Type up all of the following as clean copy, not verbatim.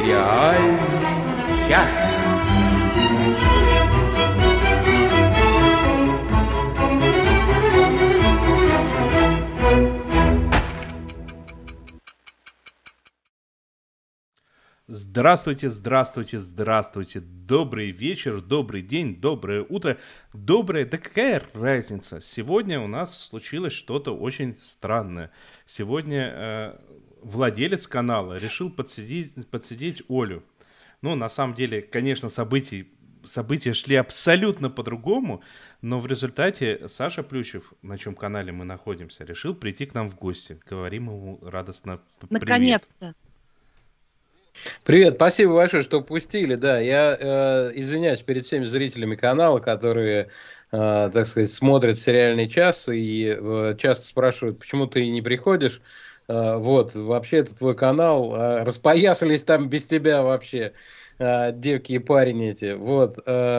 Сериальный час. Здравствуйте, здравствуйте, здравствуйте. Добрый вечер, добрый день, доброе утро. Доброе, да какая разница? Сегодня у нас случилось что-то очень странное. Сегодня владелец канала решил подсидеть Олю. Ну, на самом деле, конечно, события шли абсолютно по-другому, но в результате Саша Плющев, на чьем канале мы находимся, решил прийти к нам в гости. Говорим ему радостно привет. Наконец-то. Привет, спасибо большое, что пустили. Да, я извиняюсь перед всеми зрителями канала, которые, так сказать, смотрят сериальный час и часто спрашивают, почему ты не приходишь. Вот, вообще это твой канал, распоясались там без тебя вообще. Девки и парень эти, вот,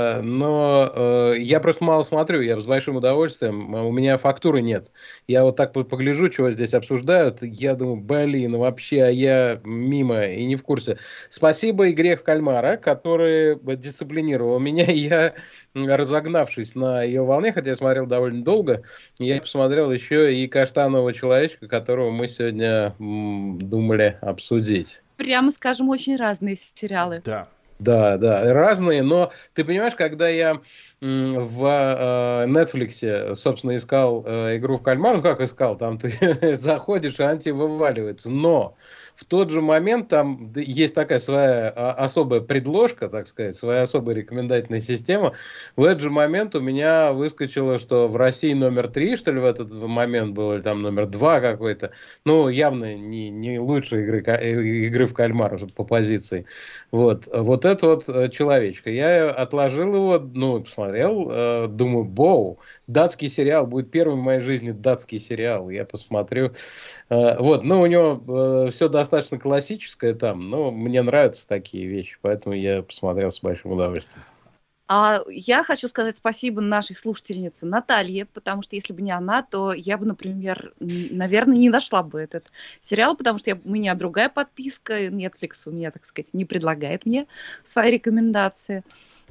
но я просто мало смотрю, я с большим удовольствием, у меня фактуры нет, я вот так погляжу, чего здесь обсуждают, я думаю, блин, вообще, а я мимо и не в курсе. Спасибо игре в кальмара, которая дисциплинировала меня, и я, разогнавшись на ее волне, хотя я смотрел довольно долго, я посмотрел еще и «Каштанового человечка», которого мы сегодня думали обсудить. Прямо скажем, очень разные сериалы. Да. Да, разные, но ты понимаешь, когда я в Netflix, собственно, искал игру в кальмар, ну как искал, там ты заходишь, и она тебе вываливается, но в тот же момент там есть такая своя особая предложка, так сказать, своя особая рекомендательная система. В этот же момент у меня выскочило, что в России номер 3, что ли, в этот момент был, или там номер 2 какой-то. Ну, явно не лучшие игры в кальмар по позиции. Вот это вот человечка. Я отложил его, ну, посмотрел, думаю, боу, датский сериал, будет первым в моей жизни датский сериал. Я посмотрю. Вот, ну, у него все достаточно классическое там, но мне нравятся такие вещи, поэтому я посмотрел с большим удовольствием. А я хочу сказать спасибо нашей слушательнице Наталье, потому что если бы не она, то я бы, например, наверное, не нашла бы этот сериал, потому что у меня другая подписка, Netflix у меня, так сказать, не предлагает мне свои рекомендации.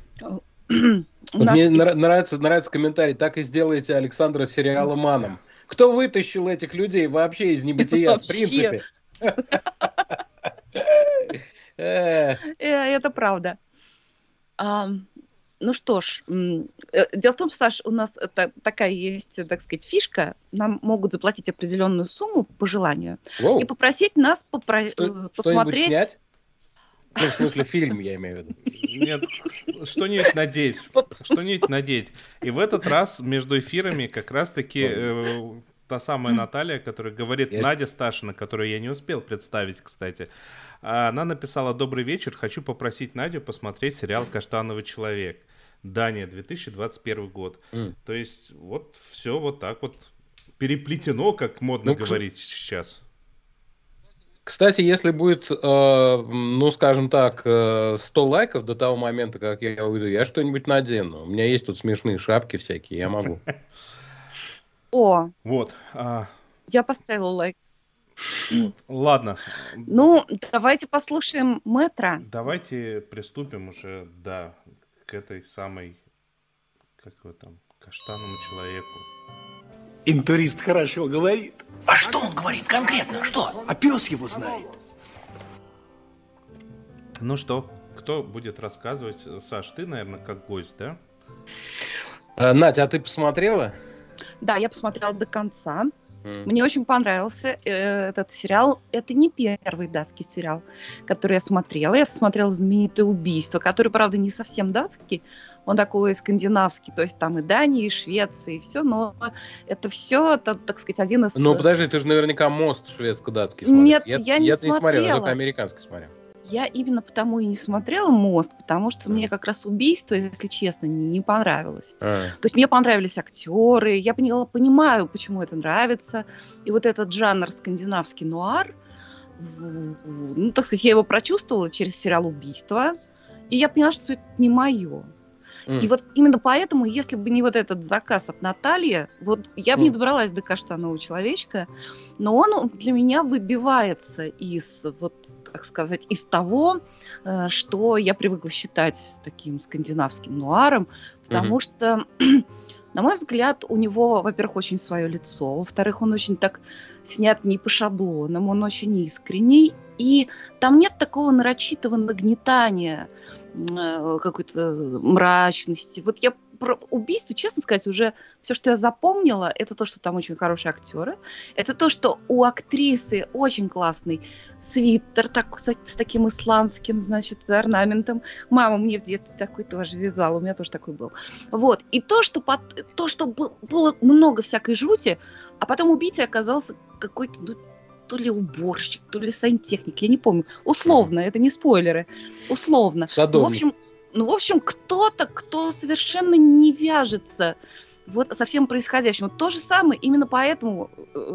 Мне нравится комментарий, так и сделайте Александра сериаломаном. Кто вытащил этих людей вообще из небытия, в принципе? Это правда. Ну что ж, дело в том, Саш, у нас такая есть, так сказать, фишка. Нам могут заплатить определенную сумму по желанию и попросить нас посмотреть... снять? Ну, в смысле, фильм, я имею в виду. Нет, что-нибудь надеть. Что-нибудь надеть. И в этот раз между эфирами как раз-таки та самая Наталья, которая говорит, Надя Сташина, которую я не успел представить, кстати, она написала: «Добрый вечер, хочу попросить Надю посмотреть сериал «Каштановый человек». Дания, 2021 год». То есть вот все вот так вот переплетено, как модно говорить сейчас. Кстати, если будет, ну, скажем так, 100 лайков до того момента, как я уйду, я что-нибудь надену. У меня есть тут смешные шапки всякие, я могу. О, вот. Я поставила лайк. Вот. Ладно. Ну, давайте послушаем мэтра. Давайте приступим уже, да, к этой самой, как его там, каштановому человеку. Интурист хорошо говорит. А что он говорит конкретно? Что? А пес его знает. Ну что, кто будет рассказывать? Саш, ты, наверное, как гость, да? Надя, а ты посмотрела? Да, я посмотрела до конца. Мне очень понравился этот сериал. Это не первый датский сериал, который я смотрела. Я смотрела «Знаменитое убийство», который, правда, не совсем датский. Он такой скандинавский, то есть там и Дания, и Швеция, и все. Но это все, так сказать, один из... Ну, подожди, ты же наверняка «Мост» шведско-датский смотрел. Нет, я не смотрела. смотрел, я только американский смотрел. Я именно потому и не смотрела «Мост», потому что мне как раз «Убийство», если честно, не понравилось. То есть мне понравились актеры, я понимаю, почему это нравится. И вот этот жанр скандинавский нуар, ну, так сказать, я его прочувствовала через сериал «Убийство», и я поняла, что это не мое. И вот именно поэтому, если бы не вот этот заказ от Натальи, вот я бы не добралась до «Каштанового человечка», но он для меня выбивается из, вот, так сказать, из того, что я привыкла считать таким скандинавским нуаром, потому что, на мой взгляд, у него, во-первых, очень свое лицо, во-вторых, он очень так снят не по шаблонам, он очень искренний, и там нет такого нарочитого нагнетания, какой-то мрачности. Вот я про убийство, честно сказать, уже все, что я запомнила, это то, что там очень хорошие актеры, это то, что у актрисы очень классный свитер с таким исландским, значит, орнаментом. Мама мне в детстве такой тоже вязала, у меня тоже такой был. Вот. И то, что было много всякой жути, а потом убийцей оказался какой-то, ну, то ли уборщик, то ли сантехник, я не помню. Условно, это не спойлеры. Условно. Садовник. В общем, кто-то, кто совершенно не вяжется вот со всем происходящим. Вот то же самое, именно поэтому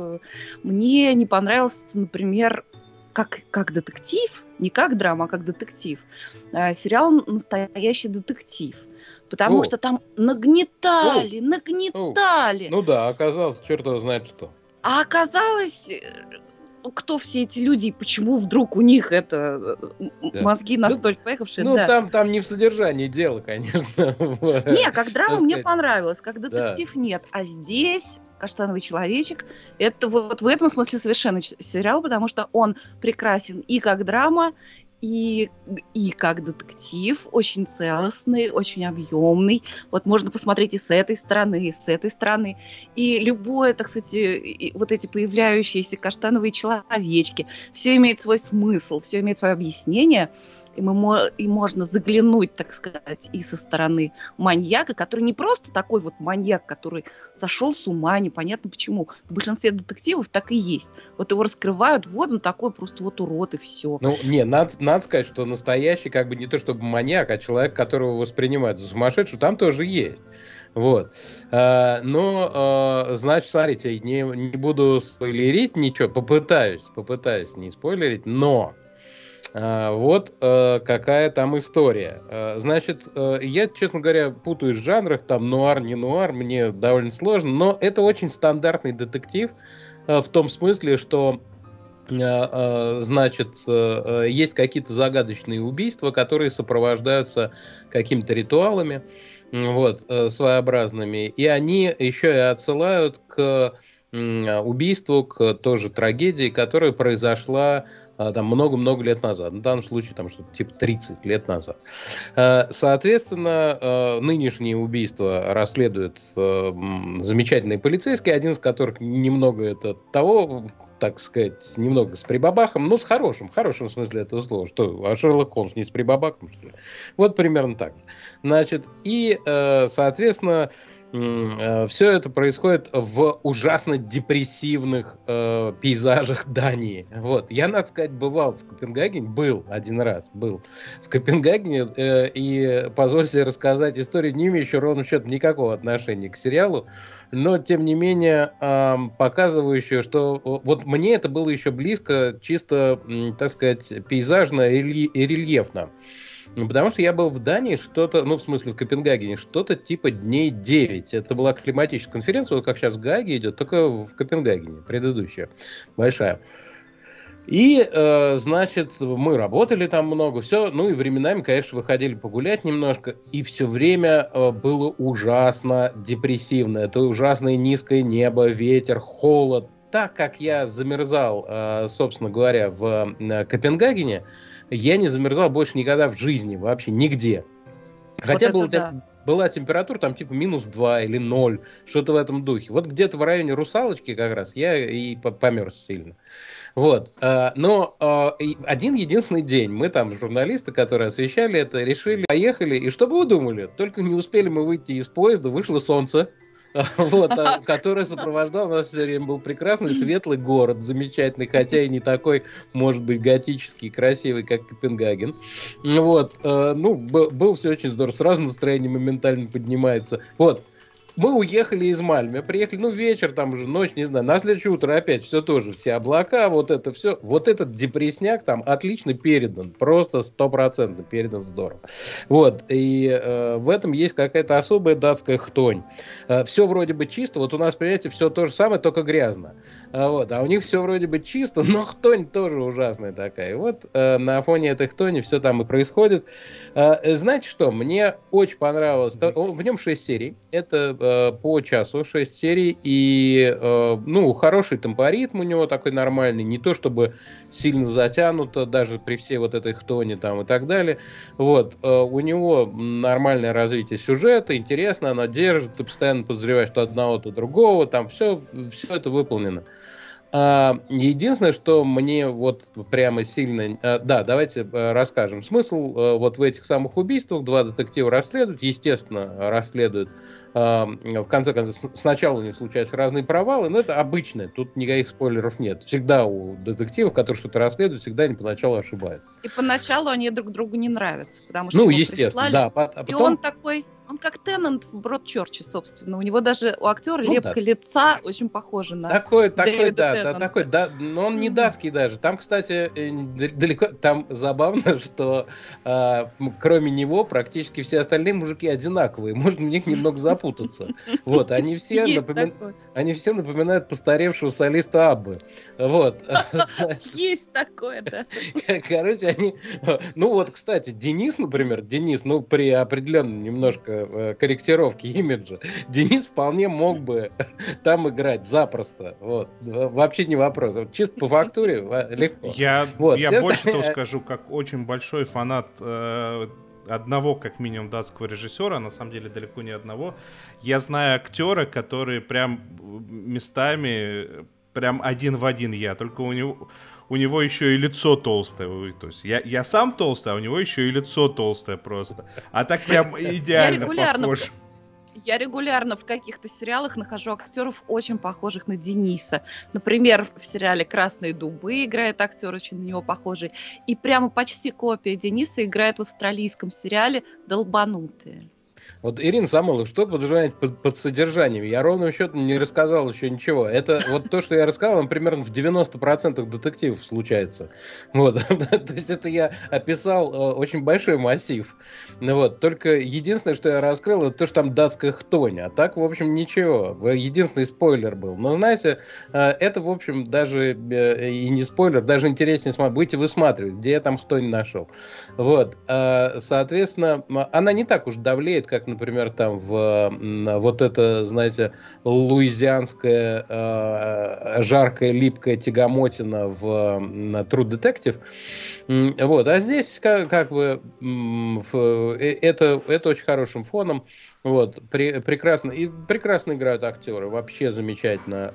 мне не понравился, например, как детектив, не как драма, а как детектив, сериал «Настоящий детектив». Потому что там нагнетали. Ну да, оказалось, черт его знает что. А оказалось, кто все эти люди и почему вдруг у них это мозги настолько поехавшие. Ну, там не в содержании дела, конечно. Не, как драма мне понравилось, как детектив нет. А здесь «Каштановый человечек» это вот в этом смысле совершенно сериал, потому что он прекрасен и как драма, и как детектив, очень целостный, очень объемный. Вот можно посмотреть и с этой стороны, и с этой стороны. И любое, так сказать, вот эти появляющиеся каштановые человечки, все имеет свой смысл, все имеет свое объяснение. И можно заглянуть, так сказать, и со стороны маньяка, который не просто такой вот маньяк, который сошел с ума, непонятно почему. В большинстве детективов так и есть. Вот его раскрывают, вот он такой просто вот урод и все. Ну, не, надо сказать, что настоящий как бы не то чтобы маньяк, а человек, которого воспринимают за сумасшедшего, там тоже есть. Вот. Но, значит, смотрите, не буду спойлерить ничего, попытаюсь не спойлерить, но... Вот какая там история. Значит, я, честно говоря, путаюсь в жанрах, там нуар, не нуар, мне довольно сложно, но это очень стандартный детектив в том смысле, что, значит, есть какие-то загадочные убийства, которые сопровождаются какими-то ритуалами, вот, своеобразными, и они еще и отсылают к убийству, к той же трагедии, которая произошла там много-много лет назад. В данном случае там что-то типа 30 лет назад. Соответственно, нынешние убийства расследуют замечательные полицейские, один из которых немного это того, так сказать, немного с прибабахом, но в хорошем смысле этого слова. Что, а Шерлок Холмс не с прибабахом, что ли? Вот примерно так. Значит, и, соответственно, все это происходит в ужасно депрессивных пейзажах Дании. Вот. Я, надо сказать, бывал в Копенгагене, был один раз в Копенгагене, и позвольте себе рассказать историю, не имеющую ровным счетом никакого отношения к сериалу, но, тем не менее, показывающую, что вот мне это было еще близко, чисто, так сказать, пейзажно и рельефно. Потому что я был в Дании что-то, ну, в смысле, в Копенгагене, что-то типа дней 9. Это была климатическая конференция, вот как сейчас в Гааге идет, только в Копенгагене, предыдущая, большая. И, значит, мы работали там много, все, ну и временами, конечно, выходили погулять немножко, и все время было ужасно депрессивно. Это ужасное низкое небо, ветер, холод. Так как я замерзал, собственно говоря, в Копенгагене, я не замерзал больше никогда в жизни, вообще нигде. Хотя вот была температура там типа -2 или 0, что-то в этом духе. Вот где-то в районе Русалочки как раз я и померз сильно. Вот. Но один единственный день мы там, журналисты, которые освещали это, решили, поехали. И что бы вы думали? Только не успели мы выйти из поезда, вышло солнце. Вот, который сопровождал нас все время, был прекрасный светлый город, замечательный, хотя и не такой, может быть, готический, красивый, как Копенгаген. Вот, ну, было все очень здорово, сразу настроение моментально поднимается. Вот, Мы уехали из Мальме, приехали, ну, вечер, там уже ночь, не знаю, на следующее утро опять все тоже, все облака, вот это все. Вот этот депрессняк там отлично передан, просто 100% передан здорово. Вот, и в этом есть какая-то особая датская хтонь. Все вроде бы чисто, вот у нас, понимаете, все то же самое, только грязно. Вот, а у них все вроде бы чисто, но хтонь тоже ужасная такая. И вот на фоне этой хтони все там и происходит. Знаете что, мне очень понравилось, в нем 6 серий, это по часу 6 серий, и ну, хороший темпоритм у него такой нормальный, не то чтобы сильно затянуто, даже при всей вот этой хтони там и так далее. Вот, у него нормальное развитие сюжета, интересно, она держит, ты постоянно подозреваешь то одного, то другого, там все это выполнено. Единственное, что мне вот прямо сильно... Да, давайте расскажем. Смысл вот в этих самых убийствах. 2 детектива расследуют, естественно, расследуют. В конце концов, сначала у них случаются разные провалы, но это обычное, тут никаких спойлеров нет. Всегда у детективов, которые что-то расследуют, всегда они поначалу ошибают. И поначалу они друг другу не нравятся, потому что ну, его естественно, прислали, да. Потом... И он такой... Он как Теннант в Бродчерче, собственно. У него даже у актера лепка лица очень похожа на такой, да, но он не датский даже. Там, кстати, далеко, там забавно, что кроме него практически все остальные мужики одинаковые. Можно в них немного запутаться. Вот, они все напоминают постаревшего солиста Аббы. Вот. Есть такое, да. Короче, они... Ну вот, кстати, Денис, например, ну при определенном немножко корректировки имиджа, Денис вполне мог бы там играть запросто. Вот. Вообще не вопрос. Вот, чисто по фактуре легко. Я больше того скажу, как очень большой фанат одного, как минимум, датского режиссера, на самом деле далеко не одного. Я знаю актера, который прям местами прям один в один я, только у него еще и лицо толстое. То есть я сам толстый, а у него еще и лицо толстое просто. А так прям идеально похож. Я регулярно в каких-то сериалах нахожу актеров, очень похожих на Дениса. Например, в сериале «Красные дубы» играет актер, очень на него похожий. И прямо почти копия Дениса играет в австралийском сериале «Долбанутые». Вот, Ирина Самойлова, что подразумевает под содержанием? Я ровным счетом не рассказал еще ничего. Это вот то, что я рассказал, он примерно в 90% детективов случается. Вот. То есть это я описал очень большой массив. Вот. Только единственное, что я раскрыл, это то, что там датская хтонь. А так, в общем, ничего. Единственный спойлер был. Но, знаете, это, в общем, даже и не спойлер, даже интереснее будете высматривать, где я там хтонь нашел. Вот. Соответственно, она не так уж давлеет, как, например, там вот это, знаете, луизианская жаркая, липкая тягомотина в True Detective. Вот. А здесь как бы это очень хорошим фоном. Вот. Прекрасно. И прекрасно играют актеры. Вообще замечательно.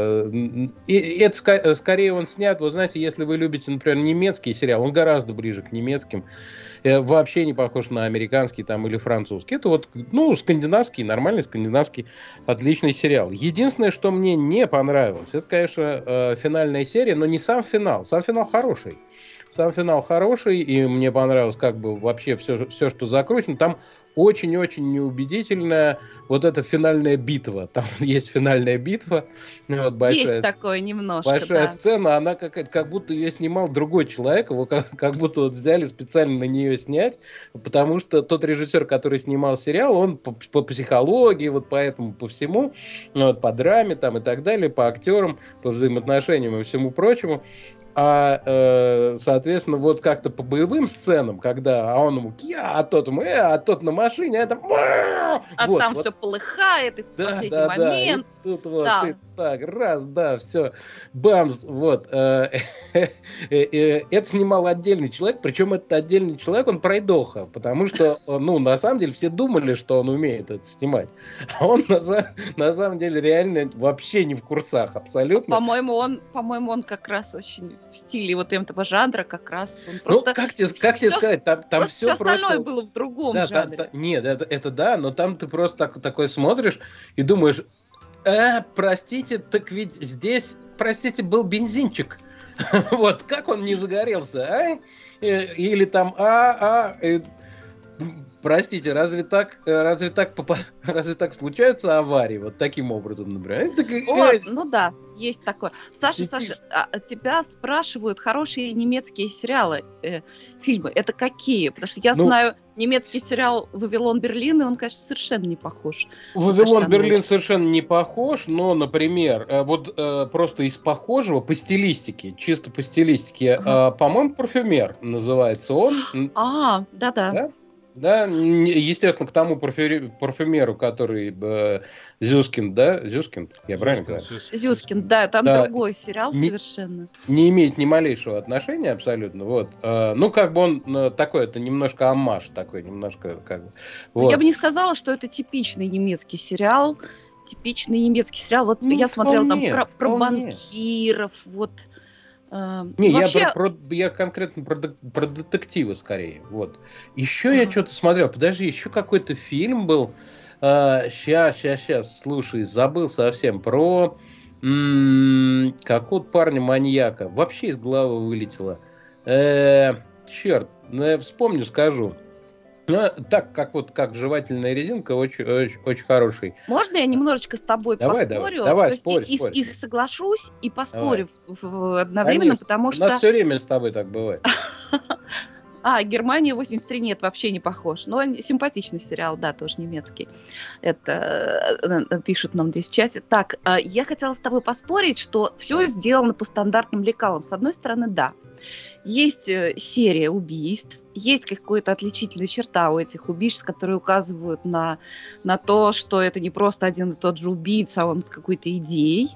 И это скорее он снят, вот знаете, если вы любите, например, немецкий сериал, он гораздо ближе к немецким. Вообще не похож на американский там или французский. Это вот, ну, скандинавский, нормальный скандинавский, отличный сериал. Единственное, что мне не понравилось, это, конечно, финальная серия, но не сам финал. Сам финал хороший. Сам финал хороший, и мне понравилось как бы вообще все, что закручено. Там очень-очень неубедительная вот эта финальная битва. Там есть финальная битва. Вот, есть такое немножко, большая сцена, она как будто ее снимал другой человек, его как будто вот взяли специально на нее снять, потому что тот режиссер, который снимал сериал, он по психологии, вот поэтому по всему, вот, по драме там и так далее, по актерам, по взаимоотношениям и всему прочему. Соответственно, вот как-то по боевым сценам, когда он ему а тот ему, а тот на машине, а там... А вот, там вот. Все полыхает, и в последний момент... И тут вот ты так, раз, да, все, бамс, вот. Это снимал отдельный человек, причем этот отдельный человек, он пройдоха, потому что, ну, на самом деле, все думали, что он умеет это снимать, а он на самом деле реально вообще не в курсах, абсолютно. По-моему, он как раз очень... в стиле вот этого жанра как раз он просто... Ну, как тебе сказать, там все остальное было в другом жанре. Нет, это да, но там ты просто такой смотришь и думаешь, простите, так ведь здесь, простите, был бензинчик. Вот, как он не загорелся, а? Или там, Простите, разве так случаются аварии? Вот таким образом, например. Ну да, есть такое. Саша, тебя спрашивают, хорошие немецкие сериалы, фильмы, это какие? Потому что я знаю немецкий сериал «Вавилон Берлин», и он, конечно, совершенно не похож. «Вавилон Берлин» совершенно не похож, но, например, вот просто из похожего по стилистике, чисто по стилистике, по-моему, «Парфюмер» называется он. Да? Да, естественно, к тому парфюмеру, который Зюскин, да? Зюскин, я правильно говорю? Зюскин, да, там другой сериал совершенно. Не имеет ни малейшего отношения абсолютно, вот. Ну, как бы он такой, это немножко оммаж такой, немножко как бы. Вот. Я бы не сказала, что это типичный немецкий сериал. Вот я смотрела там про банкиров, вот. Не, вообще... я конкретно про детективы скорее. Вот. Еще я что-то смотрел. Подожди, еще какой-то фильм был. Сейчас, слушай, забыл совсем. Про какого-то парня-маньяка. Вообще из головы вылетело. Черт, вспомню, скажу. Так, как жевательная резинка, очень хороший. Можно я немножечко с тобой поспорю? Давай, спорь. И соглашусь, и поспорю одновременно, конечно, потому что... У нас все время с тобой так бывает. «Германия 83» нет, вообще не похож. Но симпатичный сериал, да, тоже немецкий. Это пишут нам здесь в чате. Так, я хотела с тобой поспорить, что все сделано по стандартным лекалам. С одной стороны, да. Есть серия убийств, есть какая-то отличительная черта у этих убийств, которые указывают на то, что это не просто один и тот же убийца, а он с какой-то идеей.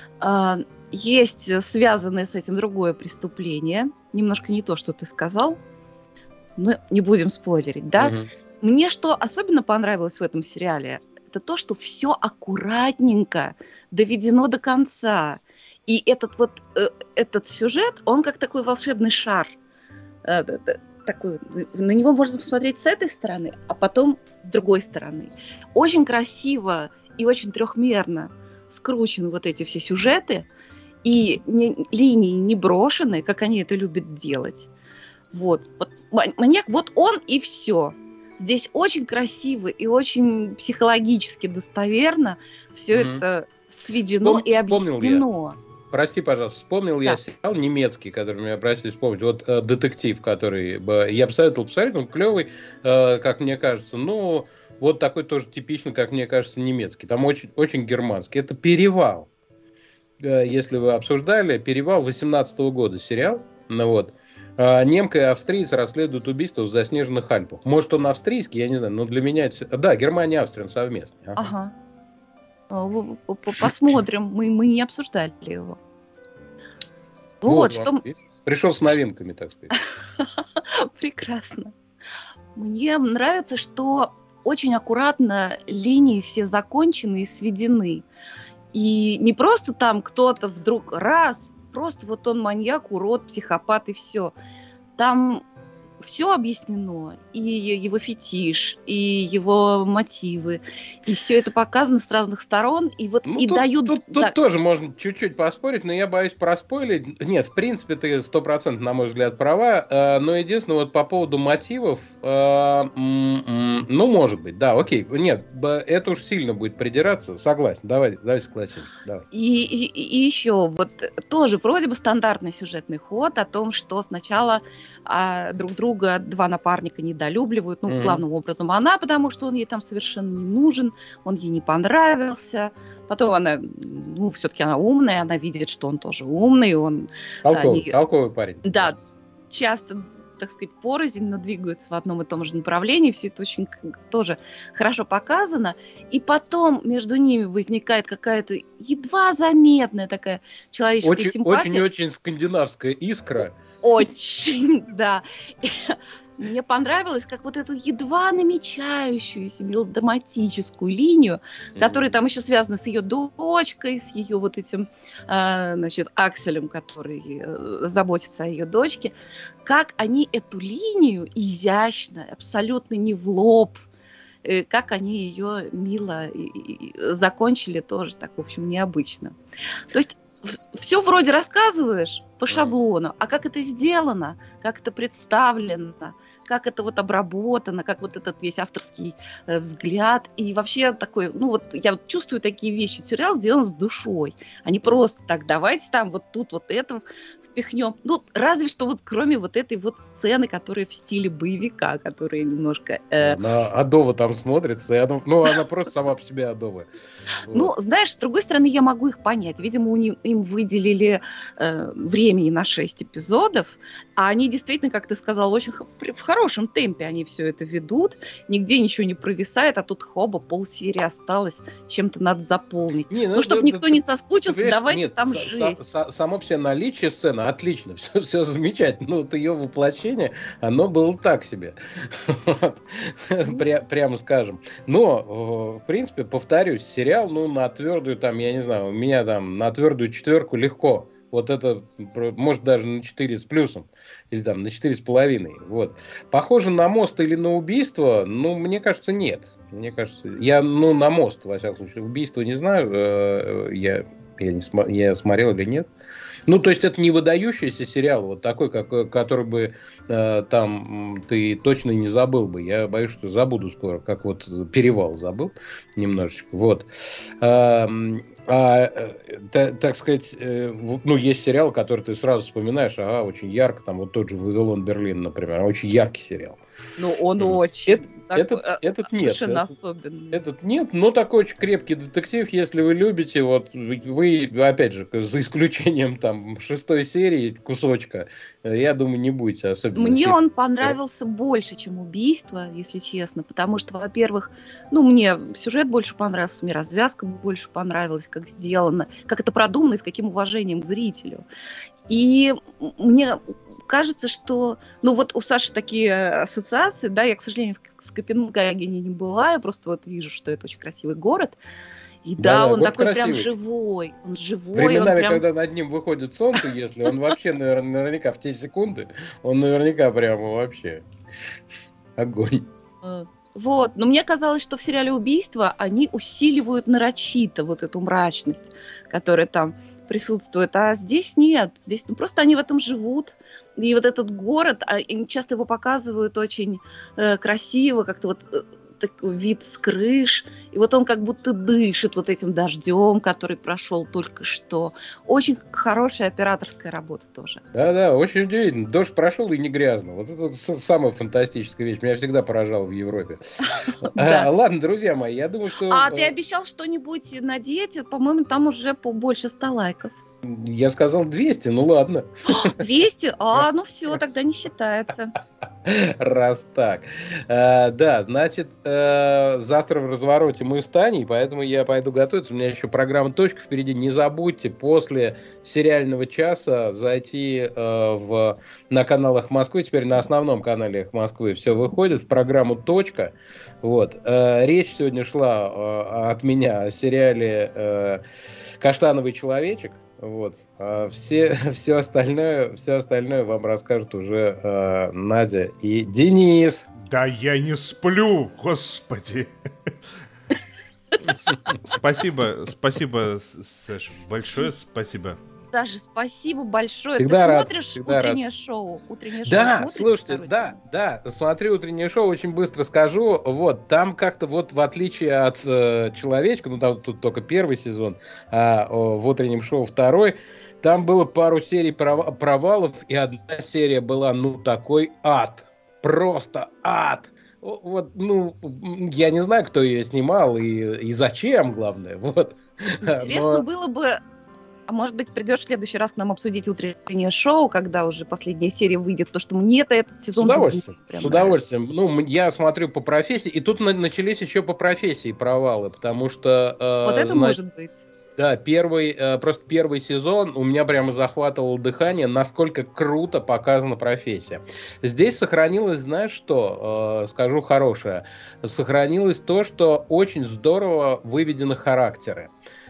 Есть связанное с этим другое преступление. Немножко не то, что ты сказал. Но не будем спойлерить, да? Угу. Мне что особенно понравилось в этом сериале, это то, что все аккуратненько доведено до конца. И этот сюжет, он как такой волшебный шар. Такой, на него можно посмотреть с этой стороны, а потом с другой стороны. Очень красиво и очень трехмерно скручены вот эти все сюжеты, и линии не брошены, как они это любят делать. Вот маньяк, вот он и все. Здесь очень красиво и очень психологически достоверно все это сведено и объяснено. Прости, пожалуйста, вспомнил я сериал немецкий, который меня просили вспомнить. Вот детектив, который я бы советовал посмотреть, он клевый, как мне кажется. Но вот такой тоже типичный, как мне кажется, немецкий. Там очень, очень германский. Это «Перевал». Если вы обсуждали, «Перевал» 18-го года сериал. Вот. Немка и австриец расследуют убийство в заснеженных Альпах. Может, он австрийский, я не знаю, но для меня это... Да, Германия и Австрия совместно. Ага. Посмотрим. Мы не обсуждали его. Вот что... Пришел с новинками, так сказать. Прекрасно. Мне нравится, что очень аккуратно линии все закончены и сведены. И не просто там кто-то вдруг просто вот он маньяк, урод, психопат и все. Там все объяснено, и его фетиш, и его мотивы, и все это показано с разных сторон, и вот и дают... Тут тоже можно чуть-чуть поспорить, но я боюсь проспойлить. Нет, в принципе, ты 100%, на мой взгляд, права, но единственное, вот по поводу мотивов, может быть, да, окей, нет, это уж сильно будет придираться, согласен, давай согласимся. Давай. И еще, вот тоже вроде бы стандартный сюжетный ход о том, что сначала друг друга два напарника недолюбливают, главным образом она, потому что он ей там совершенно не нужен, он ей не понравился, потом она, все-таки она умная, она видит, что он тоже умный, он... Толковый парень. Да, часто, так сказать, порознь, но двигаются в одном и том же направлении, все это очень тоже хорошо показано, и потом между ними возникает какая-то едва заметная такая человеческая симпатия. Очень-очень скандинавская искра. Очень, да. Мне понравилось, как вот эту едва намечающуюся мелодраматическую линию, которая там еще связана с ее дочкой, с ее вот этим, Акселем, который заботится о ее дочке, как они эту линию изящно, абсолютно не в лоб, как они ее мило закончили, тоже так, в общем, необычно. То есть все вроде рассказываешь по шаблону, а как это сделано, как это представлено, как это вот обработано, как вот этот весь авторский взгляд. И вообще такой, ну вот я вот чувствую такие вещи. Сериал сделан с душой. А не просто так, давайте там вот тут вот это впихнем. Ну, разве что вот кроме вот этой вот сцены, которая в стиле боевика, которая немножко... Она адово там смотрится. Ну, она просто сама по себе адовая. Ну, знаешь, с другой стороны, я могу их понять. Видимо, им выделили времени на 6 эпизодов, а они действительно, как ты сказал, очень в хорошем темпе они все это ведут. Нигде ничего не провисает, а тут хоба, полсерии осталось, чем-то надо заполнить. Ну, чтобы никто не соскучился, давайте там жесть. Само по себе наличие сцены отлично, все замечательно. Ну, вот ее воплощение, оно было так себе. Прямо скажем. Но, в принципе, повторюсь, сериал, ну, на твердую, там, я не знаю, у меня там на твердую 4 легко. Вот это, может, даже на 4 с плюсом. Или там на 4,5. Вот. Похоже на мост или на убийство? Ну, мне кажется, нет. Мне кажется, на мост, во всяком случае. Убийство не знаю. Я смотрел или нет. Ну, то есть, это не выдающийся сериал, вот такой, который бы там ты точно не забыл бы. Я боюсь, что забуду скоро, как вот «Перевал» забыл немножечко. Вот. Так сказать, ну, есть сериал, который ты сразу вспоминаешь, очень ярко, там вот тот же «Вавилон Берлин», например, очень яркий сериал. Ну, он очень. Этот нет. Совершенно особенный. Этот нет, но такой очень крепкий детектив, если вы любите, вот вы, опять же, за исключением там 6-й серии кусочка, я думаю, не будете особенно... Мне он понравился больше, чем «Убийство», если честно, потому что, во-первых, ну, мне сюжет больше понравился, мне развязка больше понравилась, как сделано, как это продумано и с каким уважением к зрителю. И мне кажется, что... Ну, вот у Саши такие ассоциации, да, я, к сожалению, в Копенгагене не была, я просто вот вижу, что это очень красивый город. И да, он такой красивый. Прям живой. Он живой. Временами, когда над ним выходит солнце, если он вообще наверняка в те секунды, он наверняка прямо вообще огонь. Вот, но мне казалось, что в сериале «Убийство» они усиливают нарочито вот эту мрачность, которая там присутствует, а здесь нет, здесь просто они в этом живут, и вот этот город, они часто его показывают очень красиво, как-то вот такой вид с крыш, и вот он как будто дышит вот этим дождем, который прошел только что. Очень хорошая операторская работа тоже. Да, очень удивительно. Дождь прошел и не грязно. Вот это самая фантастическая вещь. Меня всегда поражало в Европе. Ладно, друзья мои, я думаю, что... А ты обещал что-нибудь надеть? По-моему, там уже больше 100 лайков. Я сказал 200, ну ладно. 200? Ну все, тогда не считается. Раз так. Да, значит, завтра в развороте мы с Таней, поэтому я пойду готовиться. У меня еще программа «Точка» впереди. Не забудьте после сериального часа зайти на канал «Эхо Москвы». Теперь на основном канале «Эхо Москвы» все выходит в программу «Точка». Вот. Речь сегодня шла от меня о сериале «Каштановый человечек». Вот. Все остальное вам расскажут уже Надя и Денис. Да я не сплю, господи. Спасибо, Саша, большое спасибо. Даже спасибо большое. Всегда Ты рад, смотришь утреннее шоу? Да, слушайте, да, смотрю утреннее шоу, очень быстро скажу. Вот, там как-то вот в отличие от «Человечка», ну там тут только первый сезон, а в утреннем шоу второй, там было пару серий провалов, и одна серия была, ну, такой ад. Просто ад. Вот, ну, я не знаю, кто ее снимал и зачем, главное. Вот. Интересно было бы... А может быть, придешь в следующий раз к нам обсудить утреннее шоу, когда уже последняя серия выйдет, потому что мне-то этот сезон... С удовольствием. Ну, я смотрю по профессии, и тут начались еще по профессии провалы, потому что... Вот это может быть. Да, просто первый сезон у меня прямо захватывало дыхание, насколько круто показана профессия. Здесь сохранилось, знаешь что, скажу хорошее, сохранилось то, что очень здорово выведены характеры.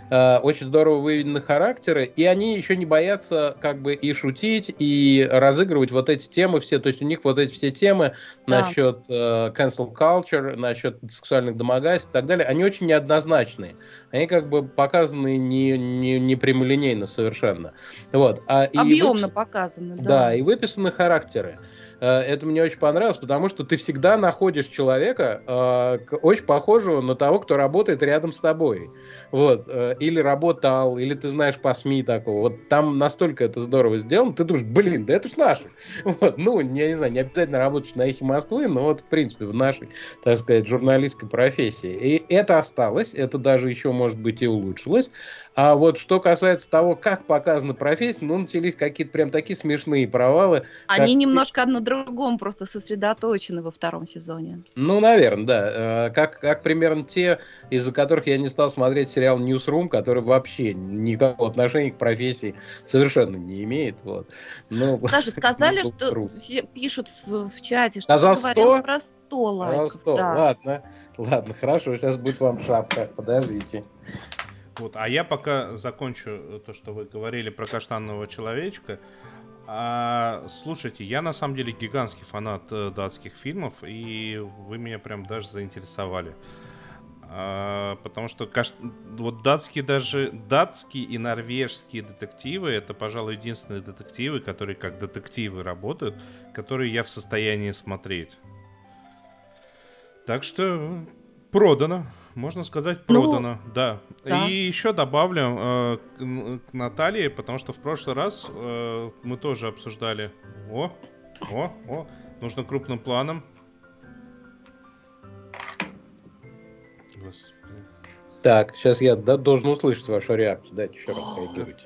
очень здорово выведены характеры, и они еще не боятся как бы и шутить, и разыгрывать вот эти темы все. То есть у них вот эти все темы насчет cancel culture, насчет сексуальных домогательств и так далее, они очень неоднозначные. Они как бы показаны не прямолинейно совершенно. Вот. Объемно показаны, да. Да, и выписаны характеры. Это мне очень понравилось, потому что ты всегда находишь человека, очень похожего на того, кто работает рядом с тобой. Вот. Или работал, или ты знаешь по СМИ такого. Вот там настолько это здорово сделано, ты думаешь, блин, да это ж наши. Вот. Ну, я не знаю, не обязательно работать на «Эхе Москвы», но вот, в принципе, в нашей, так сказать, журналистской профессии. И это осталось, это даже еще, может быть, и улучшилось. А вот что касается того, как показана профессия, ну, начались какие-то прям такие смешные провалы. Они немножко на другом просто сосредоточены во втором сезоне. Ну, наверное, да. Как примерно те, из-за которых я не стал смотреть сериал «Ньюсрум», который вообще никакого отношения к профессии совершенно не имеет. Вот. Ну, даже сказали, что все пишут в чате, что за ты говорил про 100 лайков. За 100, да. Ладно, хорошо, сейчас будет вам шапка, подождите. Вот, а я пока закончу то, что вы говорили про каштанового человечка. Слушайте, я на самом деле гигантский фанат датских фильмов, и вы меня прям даже заинтересовали. Потому что вот датские и норвежские детективы — это, пожалуй, единственные детективы, которые как детективы работают, которые я в состоянии смотреть. Так что продано. Можно сказать, продано, да. И еще добавлю к Наталье, потому что в прошлый раз мы тоже обсуждали. Нужно крупным планом. Господи. Так, сейчас я должен услышать вашу реакцию. Дайте еще раз реагируйте.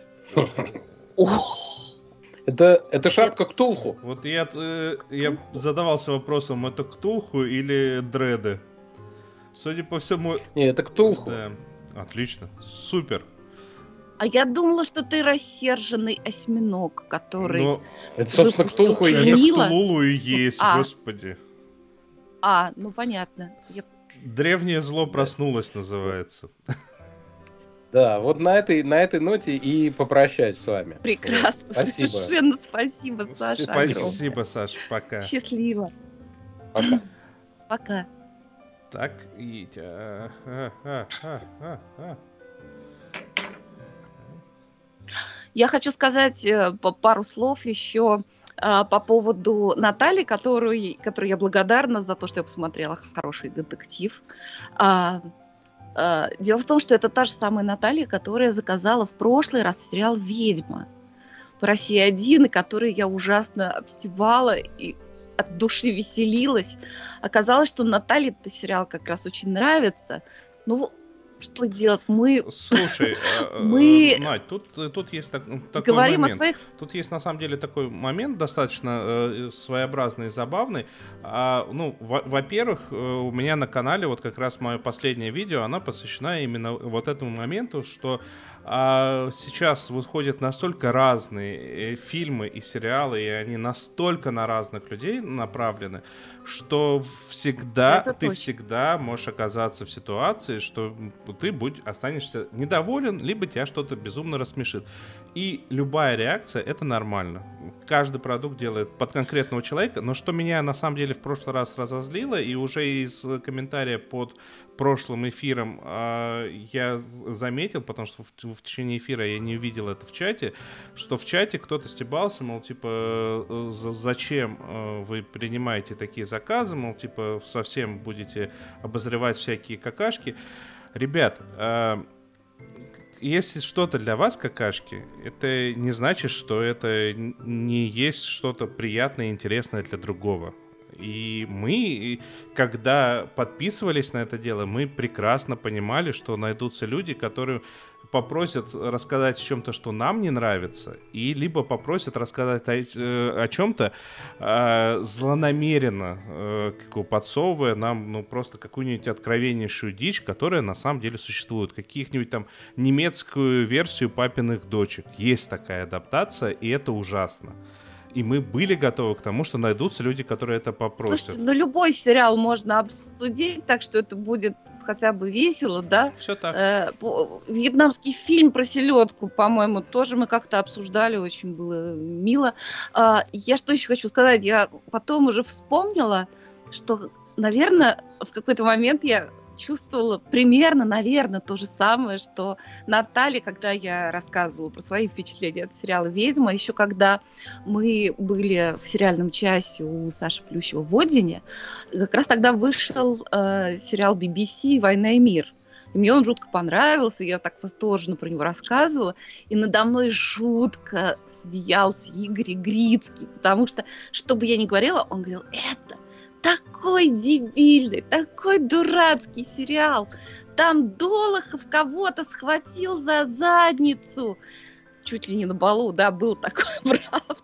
Это шапка Ктулху. Вот я задавался вопросом, это Ктулху или дреды? Судя по всему... Не, это Ктулху. Да, отлично, супер. А я думала, что ты рассерженный осьминог, который... Но... Это, собственно, Ктулху и есть. Это Ктулху и есть, господи. Ну понятно. Древнее зло проснулось, называется. Да, вот на этой ноте и попрощаюсь с вами. Прекрасно, вот. Спасибо. Совершенно спасибо, Саша. Спасибо, Саша, пока. Счастливо. Пока. Пока. Так, и... Я хочу сказать пару слов еще по поводу Натальи, которой я благодарна за то, что я посмотрела хороший детектив. Дело в том, что это та же самая Наталья, которая заказала в прошлый раз сериал «Ведьма» по России-1, и который я ужасно обстебала и от души веселилась. Оказалось, что Наталье этот сериал как раз очень нравится. Ну, что делать? Слушай, Надь, тут есть такой говорим момент. О своих... Тут есть на самом деле такой момент достаточно своеобразный и забавный. Во-первых, у меня на канале вот как раз мое последнее видео, оно посвящено именно вот этому моменту, что сейчас выходят настолько разные фильмы и сериалы, и они настолько на разных людей направлены, что ты всегда можешь оказаться в ситуации, что ты останешься недоволен, либо тебя что-то безумно рассмешит. И любая реакция — это нормально. Каждый продукт делает под конкретного человека, но что меня на самом деле в прошлый раз разозлило, и уже из комментария под прошлым эфиром я заметил, потому что в течение эфира я не увидел это в чате, что в чате кто-то стебался, мол, типа, зачем вы принимаете такие заказы, мол, типа, совсем будете обозревать всякие какашки. Ребят, если что-то для вас какашки, это не значит, что это не есть что-то приятное и интересное для другого. И мы, когда подписывались на это дело, мы прекрасно понимали, что найдутся люди, которые попросят рассказать о чем-то, что нам не нравится, и либо попросят рассказать о чем-то злонамеренно, подсовывая нам просто какую-нибудь откровеннейшую дичь, которая на самом деле существует. Каких-нибудь там немецкую версию «Папиных дочек». Есть такая адаптация, и это ужасно. И мы были готовы к тому, что найдутся люди, которые это попросят. Слушайте, любой сериал можно обсудить, так что это будет хотя бы весело, да. Все так. Вьетнамский фильм про селедку, по-моему, тоже мы как-то обсуждали, очень было мило. Я что еще хочу сказать, я потом уже вспомнила, что, наверное, в какой-то момент я чувствовала примерно, наверное, то же самое, что Наталья, когда я рассказывала про свои впечатления от сериала «Ведьма», еще когда мы были в сериальном часе у Саши Плющева в Одине, как раз тогда вышел сериал BBC «Война и мир». И мне он жутко понравился, я так восторженно про него рассказывала, и надо мной жутко смеялся Игорь Грицкий, потому что бы я ни говорила, он говорил, это такой дебильный, такой дурацкий сериал. Там Долохов кого-то схватил за задницу. Чуть ли не на балу, да, был такой, правда.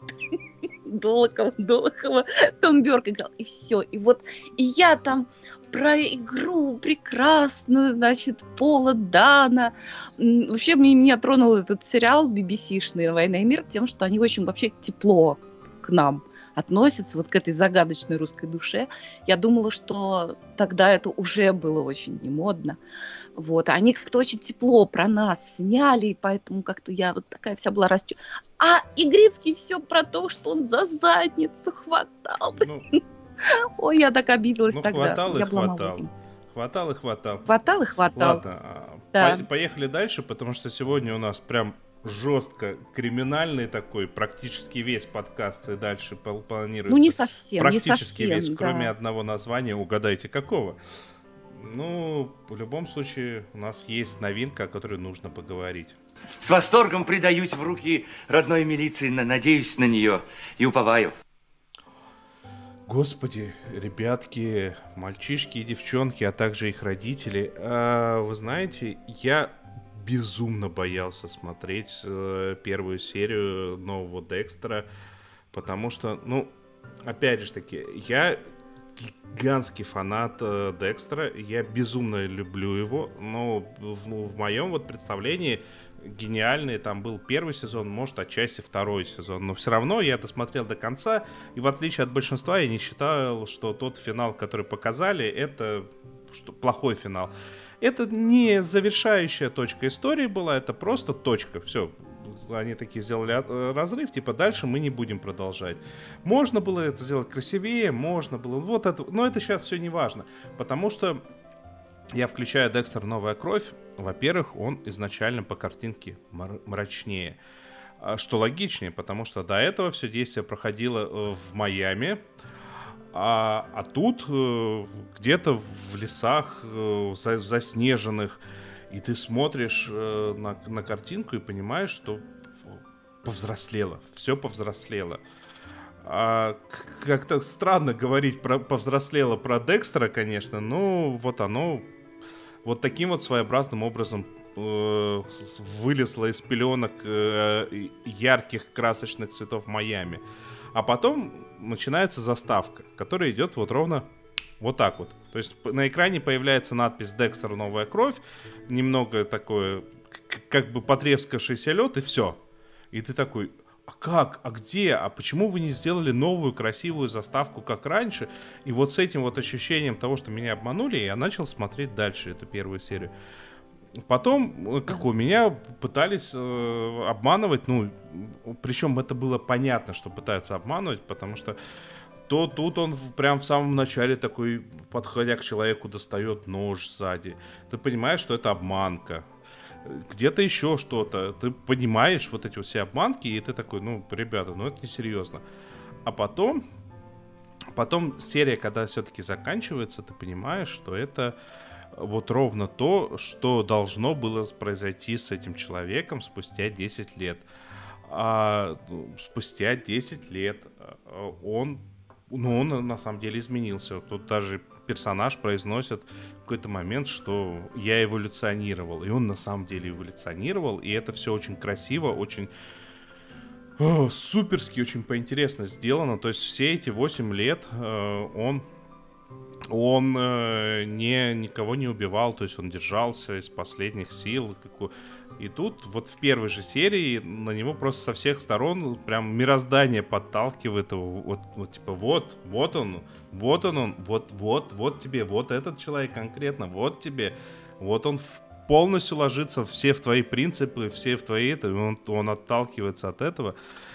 Долохова, Том Бёрк играл. И все. И вот и я там про игру прекрасную, значит, Пола Дана. Вообще меня тронул этот сериал BBC-шный «Война и мир» тем, что они очень вообще тепло к нам относятся, вот к этой загадочной русской душе. Я думала, что тогда это уже было очень немодно. Вот. А они как-то очень тепло про нас сняли, и поэтому как-то я вот такая вся была А Игрицкий все про то, что он за задницу хватал. Ой, я так обиделась тогда. Хватал и я была хватал. молоденькая. Хватал и хватал. Хватал и хватал. Ладно, да. Поехали дальше, потому что сегодня у нас прям жестко криминальный такой, практически весь подкаст, и дальше планируется. Ну, не совсем, практически не совсем, весь, да. кроме одного названия, угадайте какого. Ну, в любом случае, у нас есть новинка, о которой нужно поговорить. С восторгом предаюсь в руки родной милиции, надеюсь на нее и уповаю. Господи, ребятки, мальчишки и девчонки, а также их родители, вы знаете, я безумно боялся смотреть первую серию нового Декстера, потому что, опять же таки, я гигантский фанат Декстера, я безумно люблю его, но в моем вот представлении гениальный там был первый сезон, может, отчасти второй сезон, но все равно я досмотрел до конца, и в отличие от большинства я не считал, что тот финал, который показали, это плохой финал. Это не завершающая точка истории была, это просто точка, все. Они такие сделали разрыв, типа дальше мы не будем продолжать. Можно было это сделать красивее, можно было вот это, но это сейчас все не важно, потому что я включаю Декстер «Новая кровь». Во-первых, он изначально по картинке мрачнее, что логичнее, потому что до этого все действие проходило в Майами, а тут где-то в лесах заснеженных, и ты смотришь на картинку и понимаешь, что повзрослело, все повзрослело. Как-то странно говорить про повзрослело про Декстера, конечно, но вот оно вот таким вот своеобразным образом вылезло из пеленок ярких красочных цветов Майами. А потом начинается заставка, которая идет вот ровно вот так вот. То есть на экране появляется надпись «Декстер. Новая кровь», немного такое, как бы потрескавшийся лед, и все. И ты такой, а как, а где, а почему вы не сделали новую красивую заставку, как раньше? И вот с этим вот ощущением того, что меня обманули, я начал смотреть дальше эту первую серию. Потом, как у меня, пытались обманывать, причем это было понятно, что пытаются обманывать, потому что тут он прям в самом начале такой, подходя к человеку, достает нож сзади. Ты понимаешь, что это обманка. Где-то еще что-то. Ты понимаешь вот эти вот все обманки, и ты такой, ребята, это несерьезно. А потом серия, когда все-таки заканчивается, ты понимаешь, что это вот ровно то, что должно было произойти с этим человеком спустя 10 лет. А спустя 10 лет он на самом деле изменился. Тут даже персонаж произносит в какой-то момент, что я эволюционировал. И он на самом деле эволюционировал. И это все очень красиво, очень суперски, очень поинтересно сделано. То есть все эти 8 лет он он никого не убивал, то есть он держался из последних сил. И тут вот в первой же серии на него просто со всех сторон прям мироздание подталкивает его. Вот типа вот он, вот тебе, вот этот человек конкретно, вот тебе, вот он полностью ложится все в твои принципы, все в твои это, он отталкивается от этого.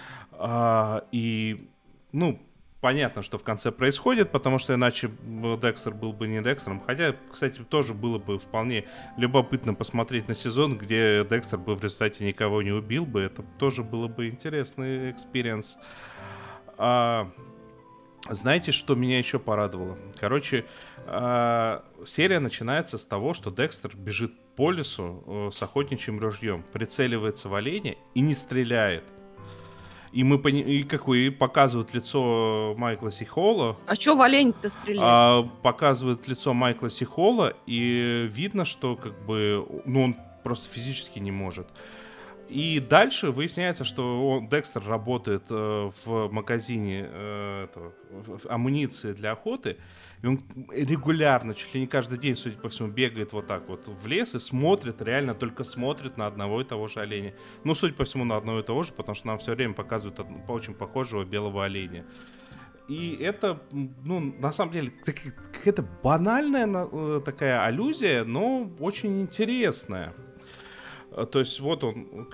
И, ну, понятно, что в конце происходит, потому что иначе Декстер был бы не Декстером. Хотя, кстати, тоже было бы вполне любопытно посмотреть на сезон, где Декстер бы в результате никого не убил бы. Это тоже было бы интересный экспириенс. Знаете, что меня еще порадовало? Короче, серия начинается с того, что Декстер бежит по лесу с охотничьим ружьем, прицеливается в оленя и не стреляет. И показывают лицо Майкла Си Холла. А что в олень-то стрелять? Показывают лицо Майкла Си Холла, и видно, что он просто физически не может. И дальше выясняется, что Декстер работает в магазине амуниции для охоты, и он регулярно, чуть ли не каждый день, судя по всему, бегает вот так вот в лес и смотрит, реально только смотрит на одного и того же оленя. Ну, судя по всему, на одного и того же, потому что нам все время показывают очень похожего белого оленя. И это, на самом деле, какая-то банальная такая аллюзия, но очень интересная. То есть вот он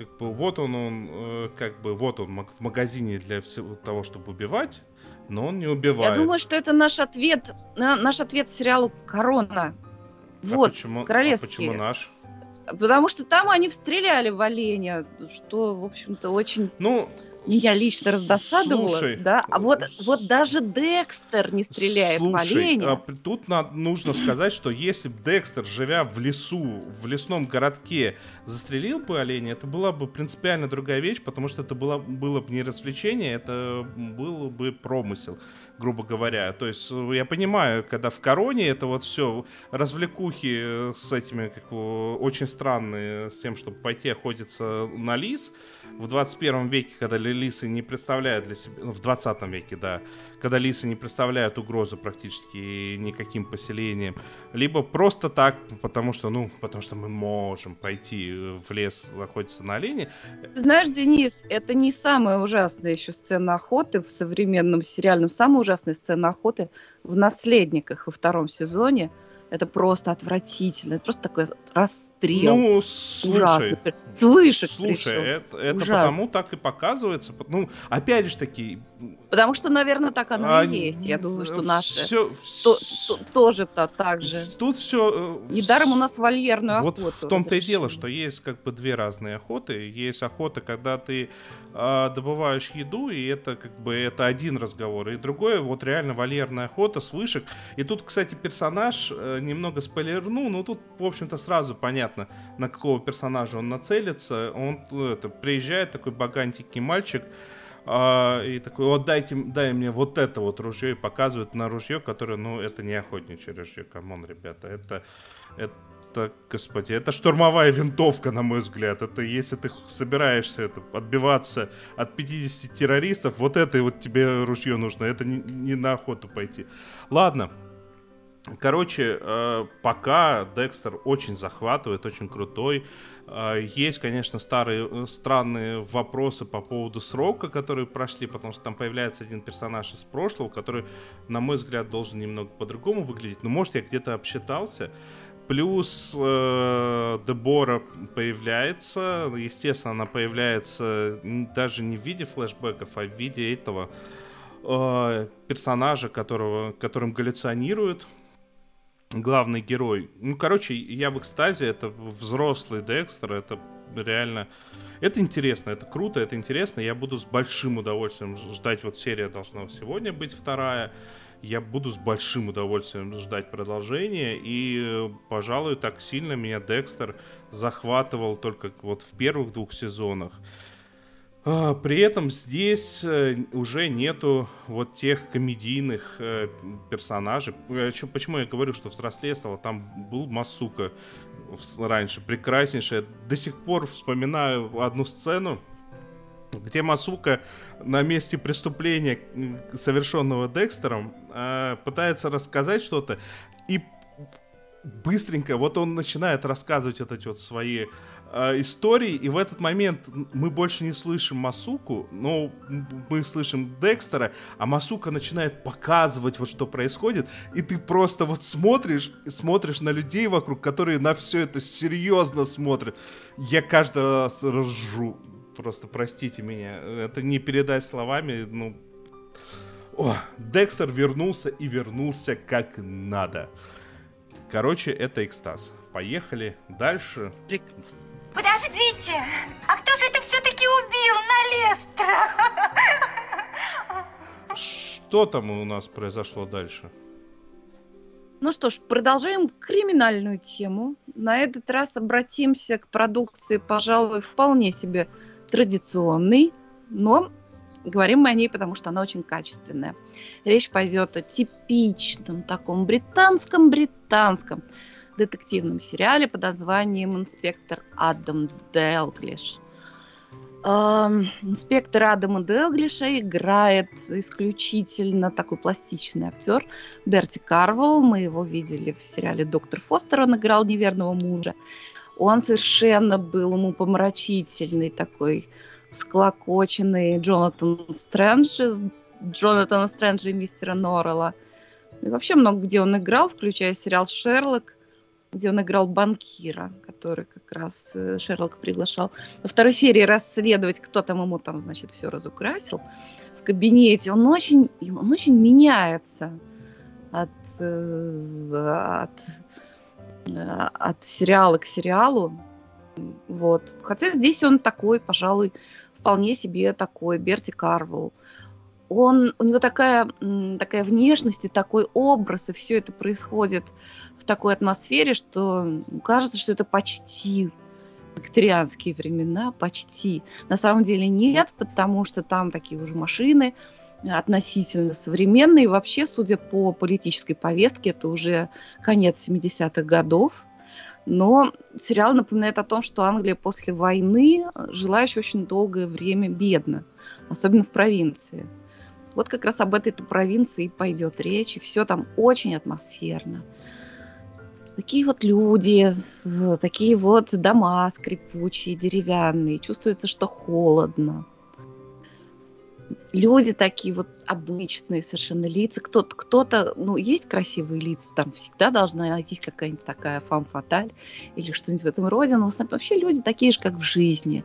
в магазине для всего того, чтобы убивать, но он не убивает. Я думаю, что это наш ответ сериалу «Корона». Вот, королевский. Почему наш? Потому что там они стреляли в оленя, что, в общем-то, очень... Меня лично раздосадовало. Слушай, да? А вот даже Декстер не стреляет в оленя. Тут нужно сказать, что если бы Декстер, живя в лесу, в лесном городке, застрелил бы оленя, это была бы принципиально другая вещь, потому что это было бы не развлечение, это было бы промысел, грубо говоря. То есть я понимаю, когда в Короне это вот все развлекухи с этими очень странные, с тем, чтобы пойти охотиться на лис, в 21 веке, когда лисы не представляют для себя, в 20 веке, да, когда лисы не представляют угрозы практически никаким поселениям, либо просто так, потому что мы можем пойти в лес охотиться на оленя. Ты знаешь, Денис, это не самая ужасная еще сцена охоты в современном сериальном. Самая ужасная сцена охоты в «Наследниках» во 2 сезоне. Это просто отвратительно. Это просто такой расстрел. Ну, слушай. Ужасный. С вышек Слушай, это потому так и показывается. Ну, опять же таки... Потому что, наверное, так оно и есть. Я думаю, что наши тоже так же. Тут все... Недаром у нас вольерную охоту. Вот в том-то и дело, что есть две разные охоты. Есть охота, когда ты добываешь еду, и это это один разговор. И другое, вот реально вольерная охота с вышек. И тут, кстати, персонаж, немного спойлерну, но тут, в общем-то, сразу понятно, на какого персонажа он нацелится. Он приезжает, такой богатенький мальчик, и такой, дай мне вот это вот ружье, и показывает на ружье, которое, это не охотничье ружье, камон, ребята, это, господи, это штурмовая винтовка, на мой взгляд. Это если ты собираешься отбиваться от 50 террористов, вот это вот тебе ружье нужно, это не на охоту пойти. Ладно. Короче, пока Декстер очень захватывает, очень крутой. Есть, конечно, странные вопросы по поводу срока, которые прошли, потому что там появляется один персонаж из прошлого, который, на мой взгляд, должен немного по-другому выглядеть. Но, может, я где-то обсчитался. Плюс Дебора появляется. Естественно, она появляется даже не в виде флешбеков, а в виде этого персонажа, которым галлюционирует главный герой. Я в экстазе. Это взрослый Декстер. Это реально... Это интересно, это круто, это интересно. Я буду с большим удовольствием ждать. Вот серия должна сегодня быть 2. Я буду с большим удовольствием ждать продолжения. И, пожалуй, так сильно меня Декстер захватывал только вот в первых 2 сезонах. При этом здесь уже нету вот тех комедийных персонажей. Почему я говорю, что взрослее стало? Там был Масука раньше, прекраснейшая. До сих пор вспоминаю одну сцену, где Масука на месте преступления, совершенного Декстером, пытается рассказать что-то, и быстренько вот он начинает рассказывать вот эти вот свои истории, и в этот момент мы больше не слышим Масуку, но мы слышим Декстера, а Масука начинает показывать вот что происходит, и ты просто вот смотришь на людей вокруг, которые на все это серьезно смотрят. Я каждый раз ржу. Просто простите меня, это не передать словами, ну... О, Декстер вернулся и вернулся как надо. Короче, это экстаз. Поехали дальше. Прекрасно. Подождите, а кто же это все-таки убил Налестра? Что там у нас произошло дальше? Ну что ж, продолжаем криминальную тему. На этот раз обратимся к продукции, пожалуй, вполне себе традиционной, но говорим мы о ней, потому что она очень качественная. Речь пойдет о типичном таком британском детективном сериале под названием «Инспектор Адам Делглиш». Инспектора Адама Делглиша играет исключительно такой пластичный актер Берти Карвелл. Мы его видели в сериале «Доктор Фостер», он играл неверного мужа. Он совершенно был умопомрачительный такой всклокоченный Джонатан Стрэндж и мистера Норрелла. И вообще много где он играл, включая сериал «Шерлок», где он играл банкира, который как раз Шерлок приглашал во второй серии расследовать, кто там ему там, значит, все разукрасил в кабинете. Он очень меняется от сериала к сериалу. Вот. Хотя здесь он такой, пожалуй, вполне себе такой Берти Карвелл. У него такая внешность и такой образ, и все это происходит в такой атмосфере, что кажется, что это почти викторианские времена, почти. На самом деле нет, потому что там такие уже машины относительно современные. И вообще, судя по политической повестке, это уже конец 70-х годов. Но сериал напоминает о том, что Англия после войны жила еще очень долгое время бедно, особенно в провинции. Вот как раз об этой провинции пойдет речь, и все там очень атмосферно. Такие вот люди, такие вот дома скрипучие, деревянные, чувствуется, что холодно. Люди такие вот обычные совершенно лица. Кто-то, ну, есть красивые лица, там всегда должна найтись какая-нибудь такая фам-фаталь или что-нибудь в этом роде, но вообще люди такие же, как в жизни.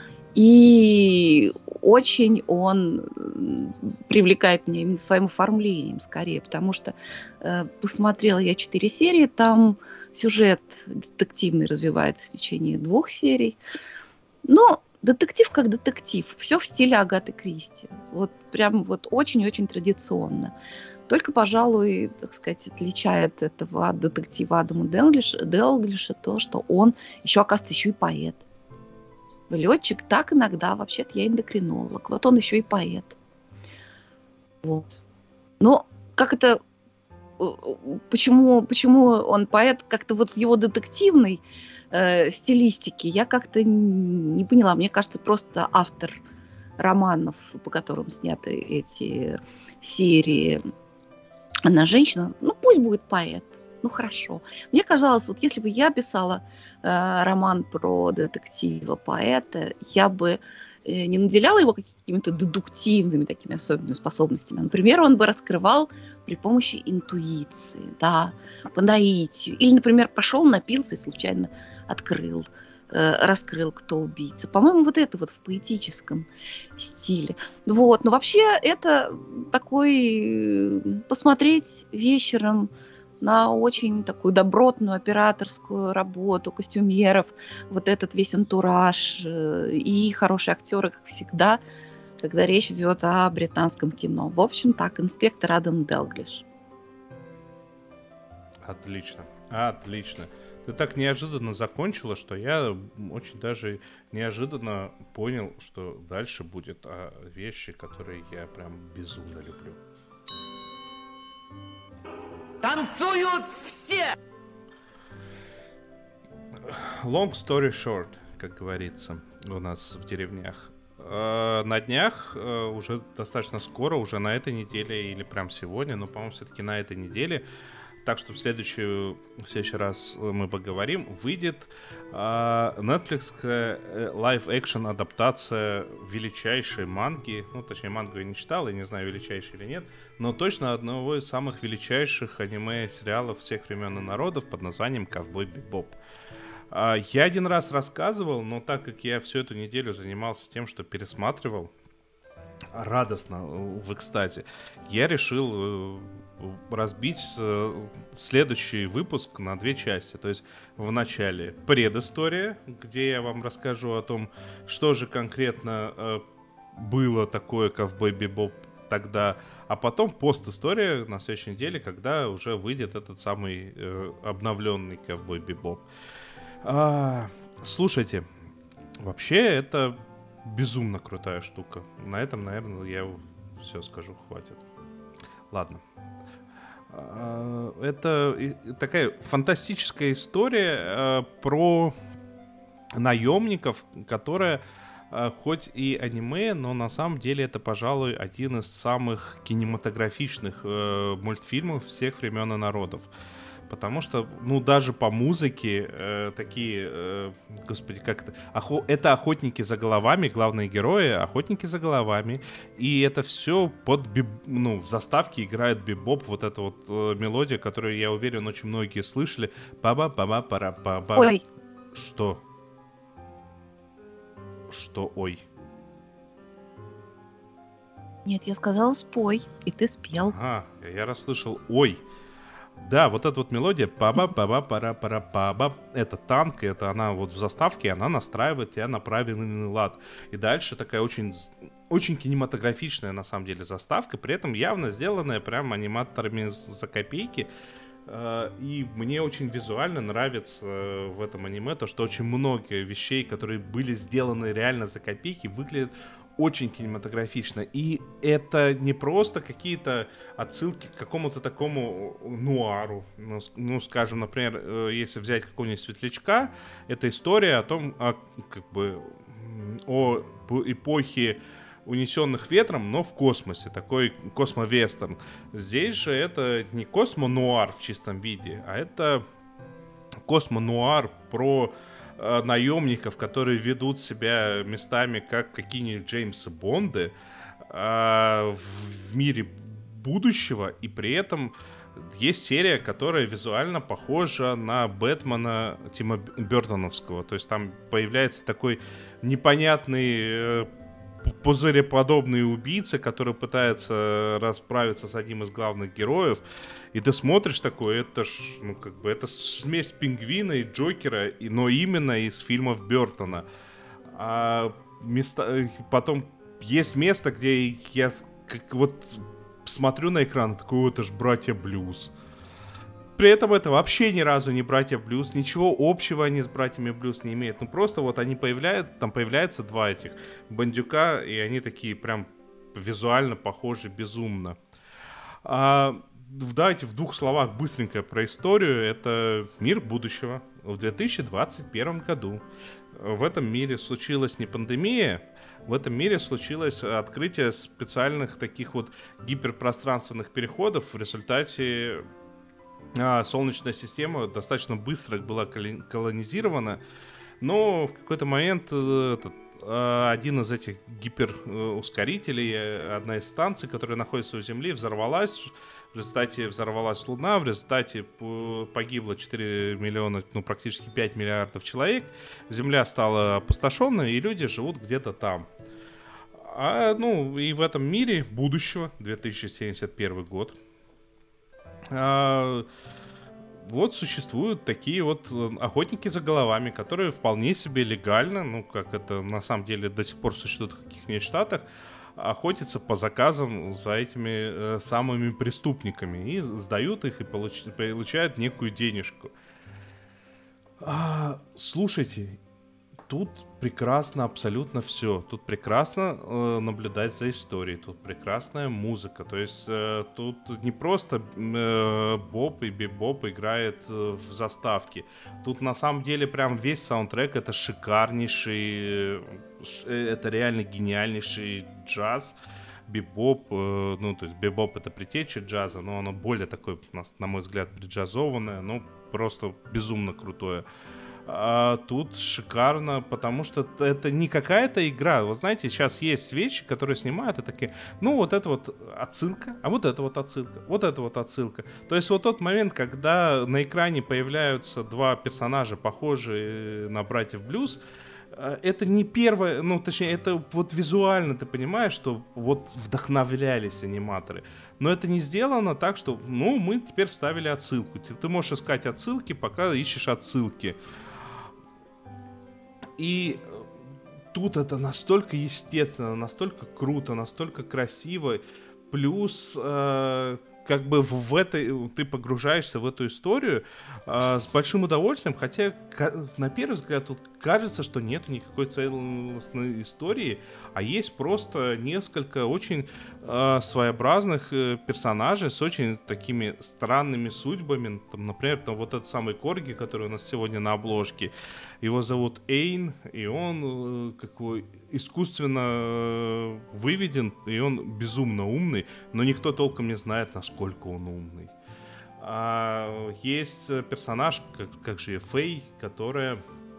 И очень он привлекает меня именно своим оформлением скорее, потому что посмотрела я 4 серии, там сюжет детективный развивается в течение 2 серий. Но детектив как детектив, все в стиле Агаты Кристи. Вот прям вот очень-очень традиционно. Только, пожалуй, так сказать, отличает этого детектива Адама Делглиша то, что он еще, оказывается, еще и поэт. Летчик, так иногда, вообще-то я эндокринолог. Вот он еще и поэт. Вот. Но как это... Почему он поэт? Как-то вот в его детективной стилистике я как-то не поняла. Мне кажется, просто автор романов, по которым сняты эти серии, она женщина, ну пусть будет поэт. Ну хорошо. Мне казалось, вот если бы я писала роман про детектива-поэта, я бы не наделяла его какими-то дедуктивными такими особенными способностями. Например, он бы раскрывал при помощи интуиции, да, по наитию. Или, например, пошел, напился и случайно раскрыл, кто убийца. По-моему, вот это вот в поэтическом стиле. Вот. Но вообще это такой посмотреть вечером на очень такую добротную операторскую работу костюмеров, вот этот весь антураж и хорошие актеры, как всегда, когда речь идет о британском кино. В общем, так, инспектор Адам Делглиш. Отлично, отлично. Ты так неожиданно закончила, что я очень даже неожиданно понял, что дальше будет вещи, которые я прям безумно люблю. Танцуют все! Long story short, как говорится у нас в деревнях. на днях, уже достаточно скоро, уже на этой неделе или прям сегодня, но, по-моему, все-таки на этой неделе, так что в следующий раз мы поговорим, выйдет Netflix лайв-экшн адаптация величайшей манги, ну, точнее, мангу я не читал, я не знаю, величайшей или нет, но точно одного из самых величайших аниме-сериалов всех времен и народов под названием «Ковбой Бибоп». Я один раз рассказывал, но так как я всю эту неделю занимался тем, что пересматривал радостно, в экстазе, я решил разбить следующий выпуск на 2 части. То есть в начале предыстория, где я вам расскажу о том, что же конкретно было такое «Ковбой Бибоп» тогда, а потом постистория на следующей неделе, когда уже выйдет этот самый обновленный «Ковбой Бибоп». Слушайте, вообще это безумно крутая штука. На этом, наверное, я все скажу, хватит. Ладно. Это такая фантастическая история про наемников, которая хоть и аниме, но на самом деле это, пожалуй, один из самых кинематографичных мультфильмов всех времен и народов. Потому что, ну, даже по музыке такие, господи, как это? Это охотники за головами, главные герои, охотники за головами. И это все под, в заставке играет бибоп, вот эта вот мелодия, которую, я уверен, очень многие слышали. Па-ба-па-ба-пара-па-ба. Ой. Что? Что ой? Нет, я сказала спой, и ты спел. Ага, я расслышал ой. Да, вот эта вот мелодия па-ба-па-ба-пара-пара-па-ба, это танк, это она вот в заставке, она настраивает тебя на правильный лад. И дальше такая очень, очень кинематографичная на самом деле заставка, при этом явно сделанная прям аниматорами за копейки. И мне очень визуально нравится в этом аниме то, что очень много вещей, которые были сделаны реально за копейки, выглядят очень кинематографично. И это не просто какие-то отсылки к какому-то такому нуару. Ну, скажем, например, если взять какого-нибудь Светлячка, это история о том, о эпохе унесенных ветром, но в космосе. Такой космовестерн. Здесь же это не космо-нуар в чистом виде, а это космо-нуар про наемников, которые ведут себя местами как какие-нибудь Джеймсы Бонды в мире будущего, и при этом есть серия, которая визуально похожа на Бэтмена Тима Бёртоновского. То есть там появляется такой непонятный пузыреподобный убийца, который пытается расправиться с одним из главных героев. И ты смотришь такой, это ж, ну, как бы, это смесь Пингвина и Джокера, но именно из фильмов Бёртона. Потом есть место, где я вот смотрю на экран, такой, это ж Братья Блюз. При этом это вообще ни разу не Братья Блюз, ничего общего они с Братьями Блюз не имеют. Ну просто вот они там появляются 2 этих бандюка, и они такие прям визуально похожи безумно. Давайте в 2 словах быстренько про историю. Это мир будущего в 2021 году. В этом мире случилась не пандемия, в этом мире случилось открытие специальных таких вот гиперпространственных переходов. В результате Солнечная система достаточно быстро была колонизирована, но в какой-то момент один из этих гиперускорителей, одна из станций, которая находится у Земли, взорвалась. В результате взорвалась Луна, в результате погибло 4 миллиона, ну практически 5 миллиардов человек. Земля стала опустошенной, и люди живут где-то там. И в этом мире будущего, 2071 год, вот существуют такие вот охотники за головами, которые вполне себе легально, ну, как это на самом деле до сих пор существует в каких-нибудь штатах, охотятся по заказам за этими самыми преступниками и сдают их и получают некую денежку. Слушайте, тут прекрасно абсолютно все. Тут прекрасно наблюдать за историей, тут прекрасная музыка. То есть тут не просто Боб и Бибоп играет в заставке. Тут на самом деле прям весь саундтрек это шикарнейший, это реально гениальнейший джаз. Бибоп, ну то есть бибоп это предтеча джаза, но оно более такое, на мой взгляд, преджазованное, ну просто безумно крутое. А тут шикарно, потому что это не какая-то игра. Вы знаете, сейчас есть вещи, которые снимают и такие, ну вот это вот отсылка, а вот это вот отсылка, вот это вот отсылка. То есть вот тот момент, когда на экране появляются два персонажа, похожие на братьев Блюз, это не первое, ну точнее, это вот визуально ты понимаешь, что вот вдохновлялись аниматоры. Но это не сделано так, что, ну, мы теперь вставили отсылку. Ты можешь искать отсылки, пока ищешь отсылки. И тут это настолько естественно, настолько круто, настолько красиво. Плюс как бы в этой ты погружаешься в эту историю с большим удовольствием, хотя на первый взгляд тут кажется, что нет никакой целостной истории, а есть просто несколько очень своеобразных персонажей с очень такими странными судьбами. Там, например, там вот этот самый Корги, который у нас сегодня на обложке, его зовут Эйн, и он какой искусственно выведен, и он безумно умный, но никто толком не знает, насколько он умный. Есть персонаж, как же Фэй, которая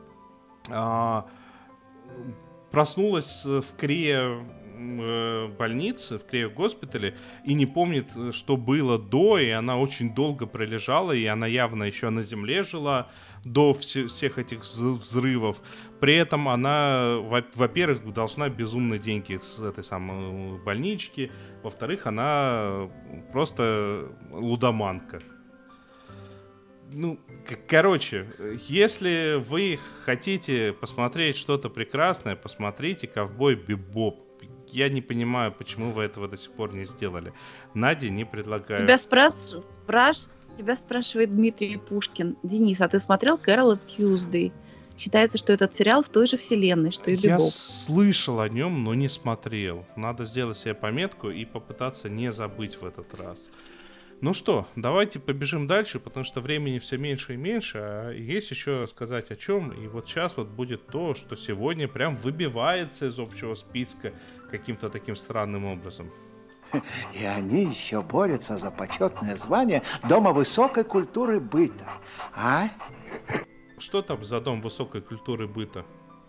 проснулась в крее больницы, в крее госпитале, и не помнит, что было до, и она очень долго пролежала, и она явно еще на земле жила до всех этих взрывов. При этом она, во-первых, должна безумные деньги с этой самой больнички, во-вторых, она просто лудоманка. Ну, короче, если вы хотите посмотреть что-то прекрасное, посмотрите «Ковбой Бибоп». Я не понимаю, почему вы этого до сих пор не сделали. Надя не предлагаю. Тебя спрашивает Дмитрий Пушкин. Денис, а ты смотрел «Кэрол Тьюздей»? Считается, что этот сериал в той же вселенной, что и «Бибоп». Я слышал о нем, но не смотрел. Надо сделать себе пометку и попытаться не забыть в этот раз. Ну что, давайте побежим дальше, потому что времени все меньше и меньше, а есть еще сказать о чем. И вот сейчас вот будет то, что сегодня прям выбивается из общего списка каким-то таким странным образом. И они еще борются за почетное звание Дома высокой культуры быта. А? Что там за Дом высокой культуры быта?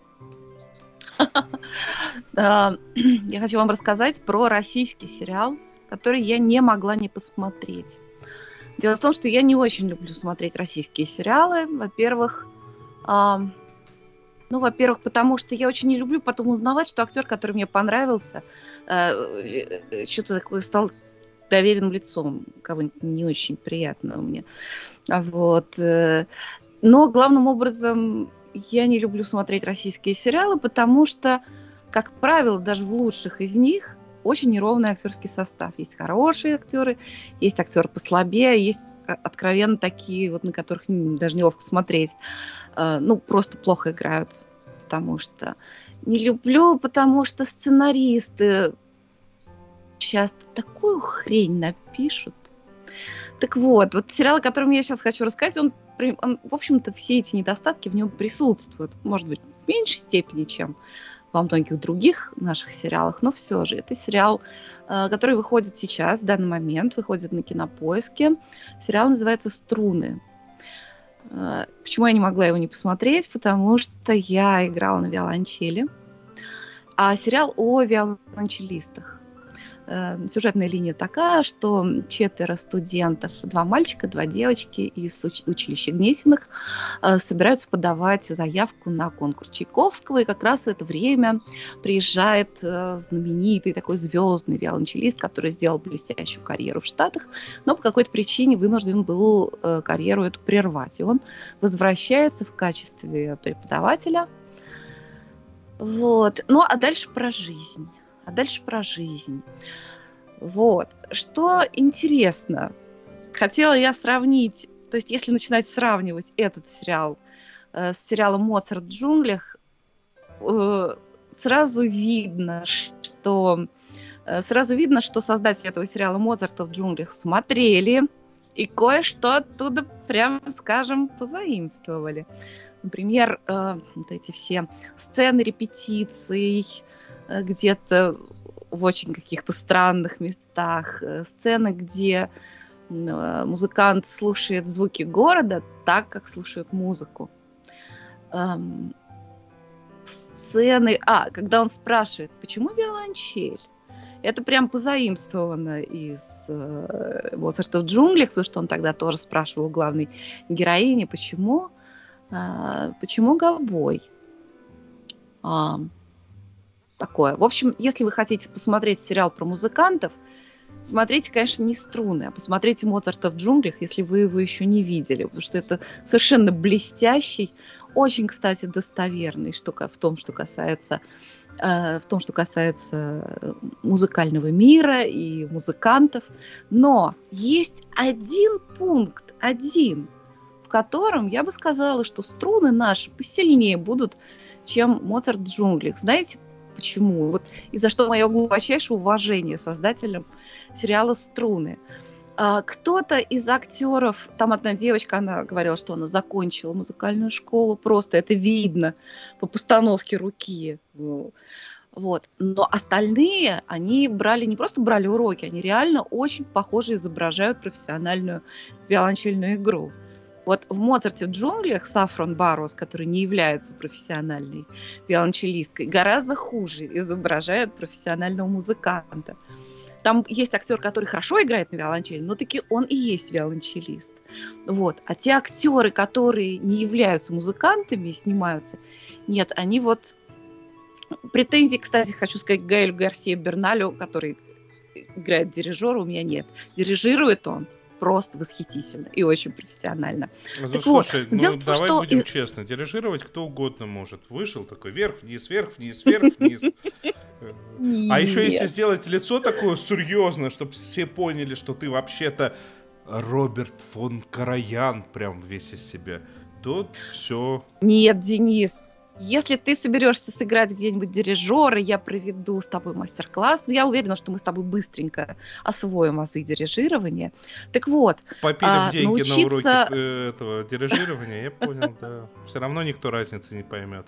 Я хочу вам рассказать про российский сериал, который я не могла не посмотреть. Дело в том, что я не очень люблю смотреть российские сериалы. Во-первых, потому что я очень не люблю потом узнавать, что актер, который мне понравился, что-то такое стал доверенным лицом, кого-нибудь не очень приятного мне. Вот. Но главным образом я не люблю смотреть российские сериалы, потому что, как правило, даже в лучших из них очень неровный актерский состав. Есть хорошие актеры, есть актеры послабее, есть откровенно такие, вот, на которых даже неловко смотреть. Ну, просто плохо играют. Потому что не люблю, потому что сценаристы часто такую хрень напишут. Так вот сериал, о котором я сейчас хочу рассказать, он, в общем-то, все эти недостатки в нем присутствуют. Может быть, в меньшей степени, чем во многих других наших сериалах, но все же. Это сериал, который выходит сейчас, в данный момент, выходит на Кинопоиске. Сериал называется «Струны». Почему я не могла его не посмотреть? Потому что я играла на виолончели. А сериал о виолончелистах. Сюжетная линия такая, что 4 студентов, 2 мальчика, 2 девочки из училища Гнесиных собираются подавать заявку на конкурс Чайковского, и как раз в это время приезжает знаменитый такой звездный виолончелист, который сделал блестящую карьеру в Штатах, но по какой-то причине вынужден был карьеру эту прервать, и он возвращается в качестве преподавателя. Вот. Ну, а дальше про жизнь. Вот. Что интересно, хотела я сравнить, то есть если начинать сравнивать этот сериал с сериалом «Моцарт в джунглях», сразу видно, что создатели этого сериала «Моцарта в джунглях» смотрели и кое-что оттуда, прям скажем, позаимствовали. Например, вот эти все сцены репетиций где-то в очень каких-то странных местах, сцены, где музыкант слушает звуки города так, как слушает музыку. Сцены... когда он спрашивает, почему виолончель? Это прям позаимствовано из «Моцарта в джунглях», потому что он тогда тоже спрашивал у главной героини, почему гобой? Такое. В общем, если вы хотите посмотреть сериал про музыкантов, смотрите, конечно, не струны, а посмотрите «Моцарта в джунглях», если вы его еще не видели, потому что это совершенно блестящий, очень, кстати, достоверный в том, что касается музыкального мира и музыкантов. Но есть один пункт, в котором я бы сказала, что струны наши посильнее будут, чем «Моцарт в джунглях». Знаете почему? Вот и за что мое глубочайшее уважение создателям сериала «Струны». Кто-то из актеров, там одна девочка, она говорила, что она закончила музыкальную школу, просто это видно по постановке руки. Вот. Но остальные, они не просто брали уроки, они реально очень похоже изображают профессиональную виолончельную игру. Вот в «Моцарте в джунглях» Сафрон Барроуз, который не является профессиональной виолончелисткой, гораздо хуже изображает профессионального музыканта. Там есть актер, который хорошо играет на виолончели, но таки он и есть виолончелист. Вот. А те актеры, которые не являются музыкантами, снимаются, нет, они вот... Претензий, кстати, хочу сказать, к Гаэлю Гарсия Берналю, который играет дирижера, у меня нет. Дирижирует он просто восхитительно и очень профессионально. Ну, слушай, давай будем честны, дирижировать кто угодно может. Вышел такой вверх-вниз, вверх-вниз, вверх-вниз. А еще если сделать лицо такое серьезное, чтобы все поняли, что ты вообще-то Роберт фон Караян прям весь из себя, то все. Нет, Денис, если ты соберешься сыграть где-нибудь дирижера, я проведу с тобой мастер-класс. Но я уверена, что мы с тобой быстренько освоим азы дирижирования. Так вот, попилим деньги на уроки этого дирижирования, я понял, да. Все равно никто разницы не поймет.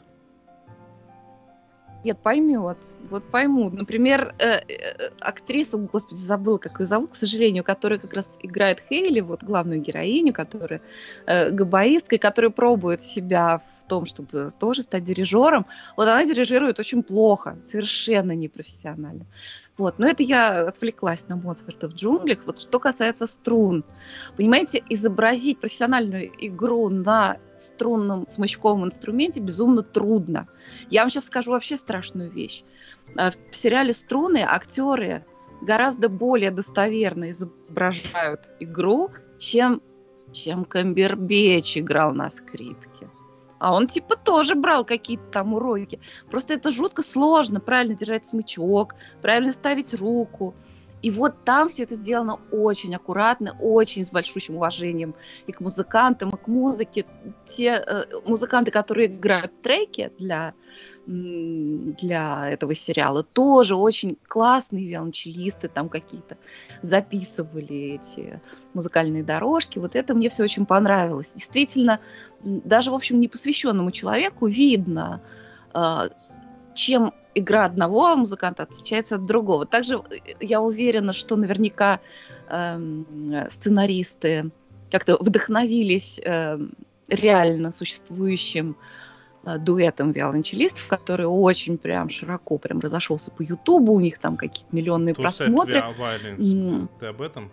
Нет, поймет. Вот поймут. Например, актрису, господи, забыла, как ее зовут, к сожалению, которая как раз играет Хейли, вот главную героиню, которая гобоистка, которая пробует себя в том, чтобы тоже стать дирижером. Вот она дирижирует очень плохо, совершенно непрофессионально. Вот. Но это я отвлеклась на «Моцарта в джунглях». Вот что касается струн. Понимаете, изобразить профессиональную игру на струнном смычковом инструменте безумно трудно. Я вам сейчас скажу вообще страшную вещь. В сериале «Струны» актеры гораздо более достоверно изображают игру, чем Камбербэтч играл на скрипке. А он типа тоже брал какие-то там уроки. Просто это жутко сложно. Правильно держать смычок, правильно ставить руку. И вот там все это сделано очень аккуратно, очень с большущим уважением и к музыкантам, и к музыке. Те музыканты, которые играют треки для этого сериала, тоже очень классные виолончелисты, там какие-то записывали эти музыкальные дорожки. Вот это мне все очень понравилось. Действительно, даже, в общем, непосвященному человеку видно, чем игра одного музыканта отличается от другого. Также я уверена, что наверняка сценаристы как-то вдохновились реально существующим дуэтом виолончелистов, который очень прям широко прям разошелся по Ютубу, у них там какие-то миллионные просмотры. Ты об этом?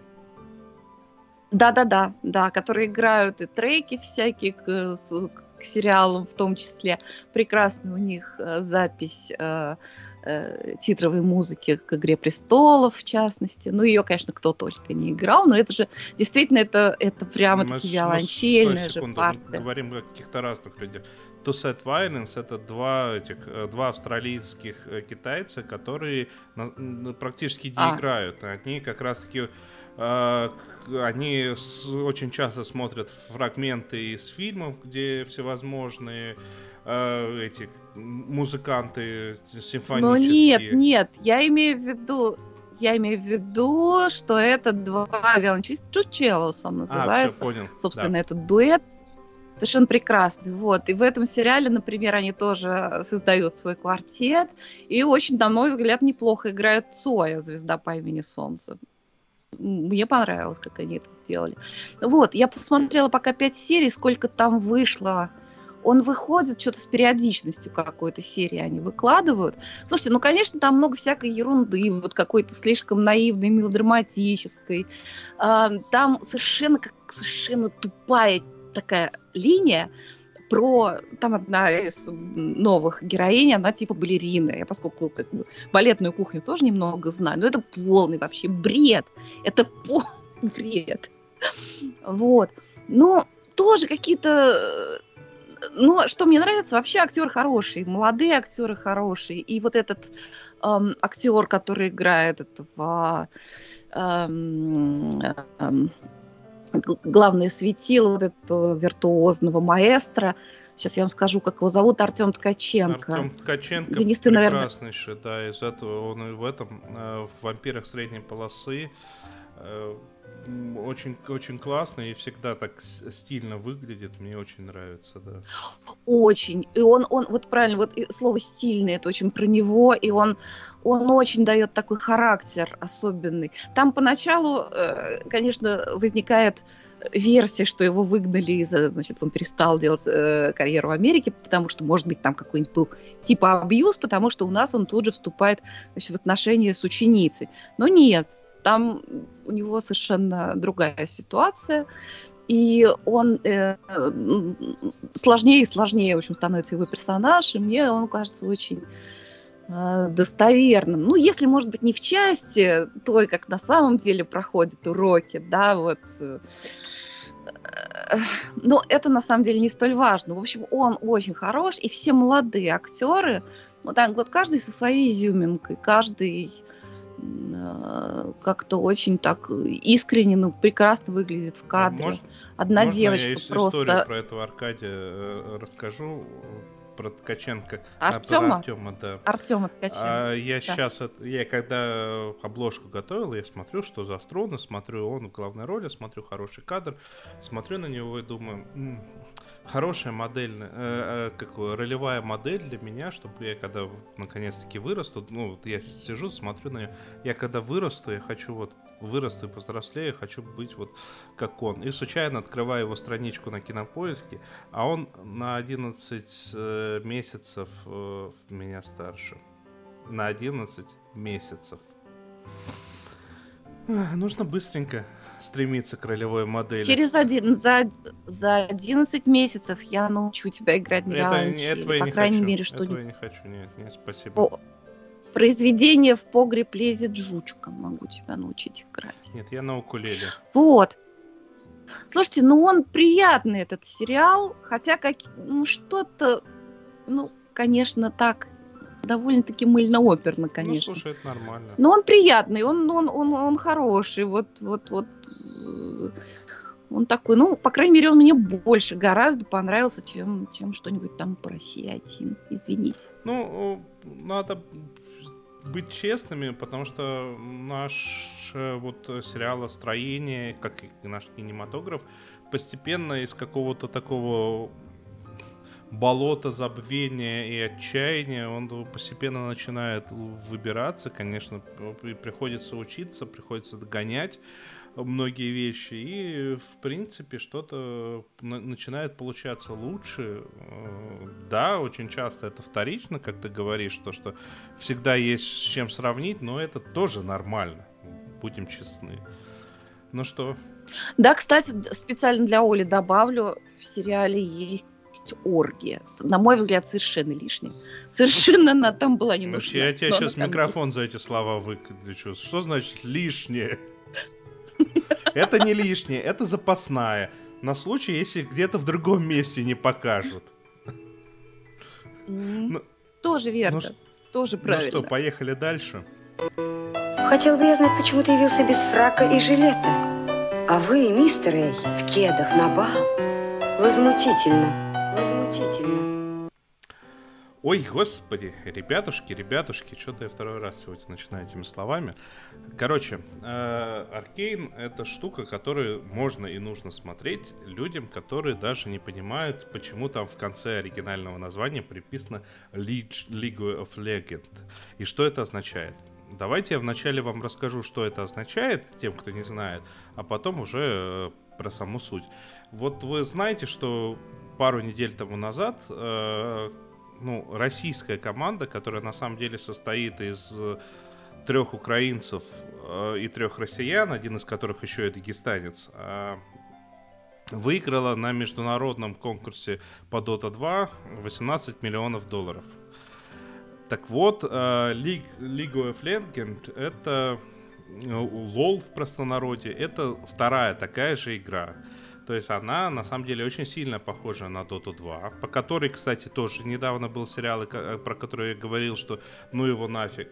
Да, которые играют и треки всякие к сериалам в том числе. Прекрасная у них запись титровой музыки к «Игре престолов», в частности. Ну, ее, конечно, кто только не играл, но это же действительно это прямо-таки виолончельная же партия. Мы говорим о каких-то разных людях. To Set Violence — это два австралийских китайца, которые практически не играют. Они как раз-таки Они очень часто смотрят фрагменты из фильмов, где всевозможные эти музыканты симфонические. Но нет, я имею в виду, что это два Виолончелло называется. Все, понял. Собственно, этот дуэт совершенно прекрасный. Вот. И в этом сериале, например, они тоже создают свой квартет. И очень, на мой взгляд, неплохо играют Цоя, звезда по имени Солнце. Мне понравилось, как они это сделали. Вот, я посмотрела пока 5 серий, сколько там вышло. Он выходит что-то с периодичностью какой-то серии они выкладывают. Слушайте, ну, конечно, там много всякой ерунды, вот какой-то слишком наивной, мелодраматической. Там совершенно тупая такая линия про... Там одна из новых героинь, она типа балерина. Я, поскольку как бы балетную кухню тоже немного знаю, но это полный вообще бред. Это полный бред. Вот. Ну, тоже какие-то... Но что мне нравится, вообще актеры хорошие, молодые актеры хорошие. И вот этот актер, который играет этого главное светило, вот этого виртуозного маэстро. Сейчас я вам скажу, как его зовут, Артем Ткаченко. Артем Ткаченко Денис, ты, прекраснейший, да, из этого он и в этом, в «Вампирах средней полосы». Очень, очень классно и всегда так стильно выглядит, мне очень нравится, да. Очень. И он вот правильно, вот слово стильный, это очень про него, и он очень дает такой характер особенный. Там поначалу, конечно, возникает версия, что его выгнали значит, он перестал делать карьеру в Америке, потому что, может быть, там какой-нибудь был типа абьюз, потому что у нас он тут же вступает, значит, в отношения с ученицей. Но нет. Там у него совершенно другая ситуация, и он сложнее и сложнее, в общем, становится его персонаж, и мне он кажется очень достоверным. Ну, если, может быть, не в части той, как на самом деле проходят уроки, да, вот. Но это на самом деле не столь важно. В общем, он очень хорош, и все молодые актеры, вот каждый со своей изюминкой, каждый как-то очень так искренне, ну, прекрасно выглядит в кадре. Одна девочка я просто... историю про этого Аркадия расскажу, про Ткаченко. Артема? Да. Артема Ткаченко. Я когда обложку готовил, я смотрю, что за струны, смотрю, он в главной роли, смотрю хороший кадр, смотрю на него и думаю, хорошая модель, ролевая модель для меня, чтобы я когда наконец-таки вырасту, ну, я сижу, смотрю на нее, я когда вырасту, я хочу вырасту и повзрослею, хочу быть вот как он. И случайно открываю его страничку на Кинопоиске, а он на 11 месяцев меня старше. На 11 месяцев. Нужно быстренько стремиться к ролевой модели. За 11 месяцев я научу тебя играть на виолончели. По крайней мере, что-нибудь. Этого я не хочу, нет, спасибо. Произведение «В погреб лезет жучка» могу тебя научить играть. Нет, я на укулеле. Вот. Слушайте, ну он приятный, этот сериал, хотя что-то, ну, конечно, так, довольно-таки мыльно-оперно, конечно. Ну, слушай, это нормально. Но он приятный, он хороший, вот. Он такой, ну, по крайней мере, он мне больше гораздо понравился, чем что-нибудь там по России-1. Извините. Ну, надо быть честными, потому что наше вот сериалостроение, как и наш кинематограф, постепенно из какого-то такого болота забвения и отчаяния он постепенно начинает выбираться, конечно, приходится учиться, приходится догонять многие вещи, и в принципе что-то начинает получаться лучше. Да, очень часто это вторично, как ты говоришь, что всегда есть с чем сравнить, но это тоже нормально, будем честны. Ну что? Да, кстати, специально для Оли добавлю, в сериале есть оргия. На мой взгляд, совершенно лишняя. Совершенно она там была не нужна. Я тебе сейчас микрофон за эти слова выключу. Что значит лишнее? Это не лишнее, это запасная. На случай, если где-то в другом месте не покажут. Тоже верно. Тоже правильно. Ну что, поехали дальше. Хотел бы я знать, почему ты явился без фрака и жилета. А вы, мистер Эй, в кедах на бал. Возмутительно, возмутительно. Ой, господи, ребятушки, что-то я второй раз сегодня начинаю этими словами. Короче, Аркейн — это штука, которую можно и нужно смотреть людям, которые даже не понимают, почему там в конце оригинального названия приписано League of Legends. И что это означает. Давайте я вначале вам расскажу, что это означает, тем, кто не знает, а потом уже про саму суть. Вот вы знаете, что пару недель тому назад российская команда, которая на самом деле состоит из 3 украинцев и 3 россиян, один из которых еще и дагестанец, выиграла на международном конкурсе по Dota 2 $18 миллионов. Так вот, League of Legends — это LoL в простонародье, это вторая такая же игра. То есть она, на самом деле, очень сильно похожа на Dota 2, по которой, кстати, тоже недавно был сериал, про который я говорил, что ну его нафиг.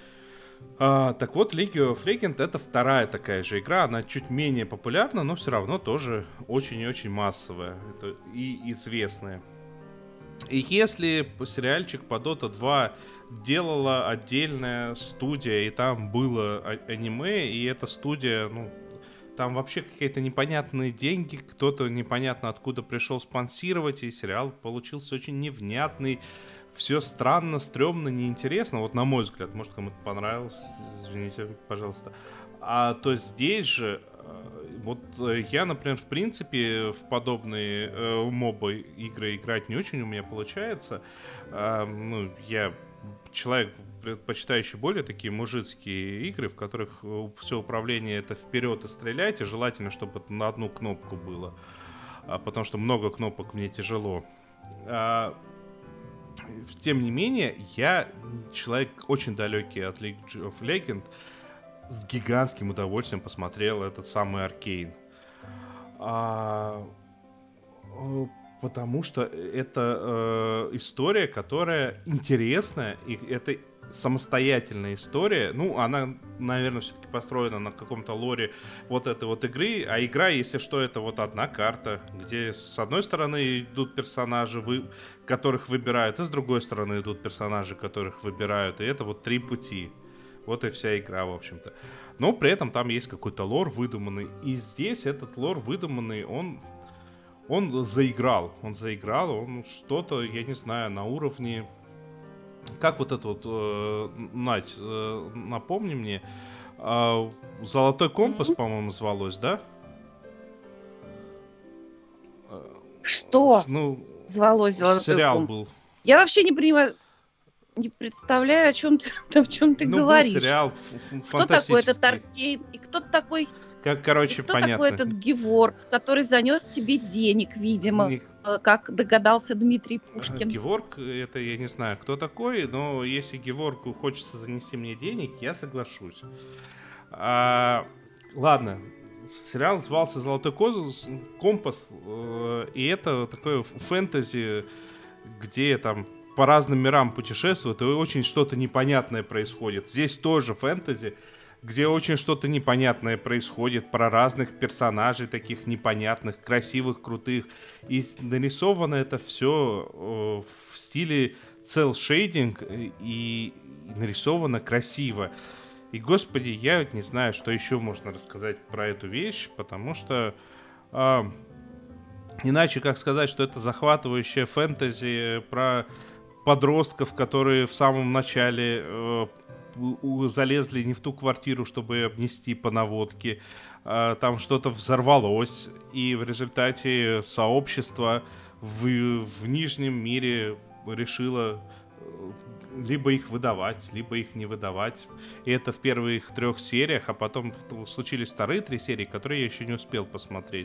Так вот, League of Legends — это вторая такая же игра, она чуть менее популярна, но все равно тоже очень и очень массовая и известная. И если сериальчик по Dota 2 делала отдельная студия, и там было аниме, и эта студия, там вообще какие-то непонятные деньги, кто-то непонятно откуда пришел спонсировать, и сериал получился очень невнятный, все странно, стрёмно, неинтересно, вот на мой взгляд, может кому-то понравилось, извините, пожалуйста. То здесь же, вот я, например, в принципе, в подобные мобы игры играть не очень у меня получается, я человек, предпочитающий более такие мужицкие игры, в которых все управление это вперед и стрелять, и желательно, чтобы это на одну кнопку было, потому что много кнопок мне тяжело. Тем не менее, я человек очень далекий от League of Legends, с гигантским удовольствием посмотрел этот самый Аркейн. Потому что это история, которая интересная, и это самостоятельная история. Она, наверное, все-таки построена на каком-то лоре вот этой вот игры, а игра, если что, это вот одна карта, где с одной стороны идут персонажи, которых выбирают, и с другой стороны идут персонажи, которых выбирают, и это вот 3 пути. Вот и вся игра, в общем-то. Но при этом там есть какой-то лор выдуманный, и здесь этот лор выдуманный, он заиграл, он что-то, я не знаю, на уровне... Как вот это вот, Надь, напомни мне, «Золотой компас», по-моему, звалось, да? Что звалось «Золотой сериал компас»? Был. Я вообще не понимаю, не представляю, о чем ты говоришь. Был сериал кто такой этот Аркейн, и кто такой... Короче, кто понятно. такой этот Геворг, который занес тебе денег, видимо, как догадался Дмитрий Пушкин? Геворг, это я не знаю, кто такой, но если Геворгу хочется занести мне денег, я соглашусь. Ладно, сериал назывался «Золотой компас», и это такое фэнтези, где там по разным мирам путешествуют, и очень что-то непонятное происходит. Здесь тоже фэнтези, где очень что-то непонятное происходит, про разных персонажей таких непонятных, красивых, крутых. И нарисовано это все в стиле cel-shading и нарисовано красиво. И, господи, я не знаю, что еще можно рассказать про эту вещь, потому что иначе как сказать, что это захватывающее фэнтези про подростков, которые в самом начале залезли не в ту квартиру, чтобы ее обнести по наводке. Там что-то взорвалось, и в результате сообщество в Нижнем мире решило либо их выдавать, либо их не выдавать. И это в первых 3 сериях, а потом случились вторые 3 серии, которые я еще не успел посмотреть.